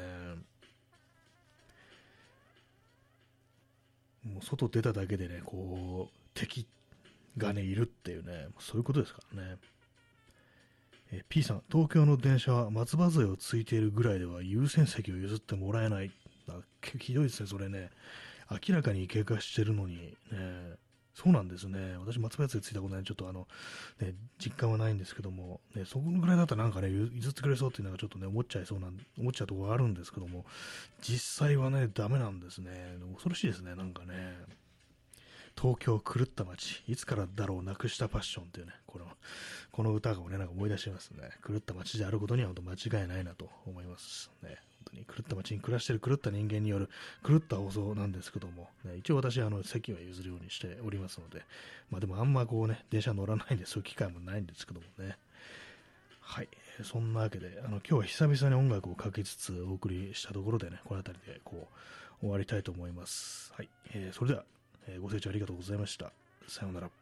[SPEAKER 1] もう外出ただけでね、こう、敵がね、いるっていうね、そういうことですからね。え P さん、東京の電車は松葉杖をついているぐらいでは優先席を譲ってもらえない。あ、ひどいですね、それね。明らかに経過してるのに、ね、そうなんですね。私、松葉杖ついたことない、ちょっとあの、ね、実感はないんですけども、ね、そこぐらいだったらなんかね、譲ってくれそうっていうのがちょっとね、思っちゃいそうなん、思っちゃうところがあるんですけども、実際はね、ダメなんですね。恐ろしいですね、なんかね。東京狂った街、いつからだろうなくしたパッションっていうね、この、この歌をね、なんか思い出しますね。狂った街であることには本当間違いないなと思いますね。本当に狂った街に暮らしている狂った人間による狂った放送なんですけども、ね、一応私はあの席は譲るようにしておりますので、まあでもあんまこうね、電車乗らないんでそういう機会もないんですけどもね。はい。そんなわけで、あの今日は久々に音楽をかけつつお送りしたところでね、この辺りでこう終わりたいと思います。はい。えー、それでは、えーご清聴ありがとうございました。さようなら。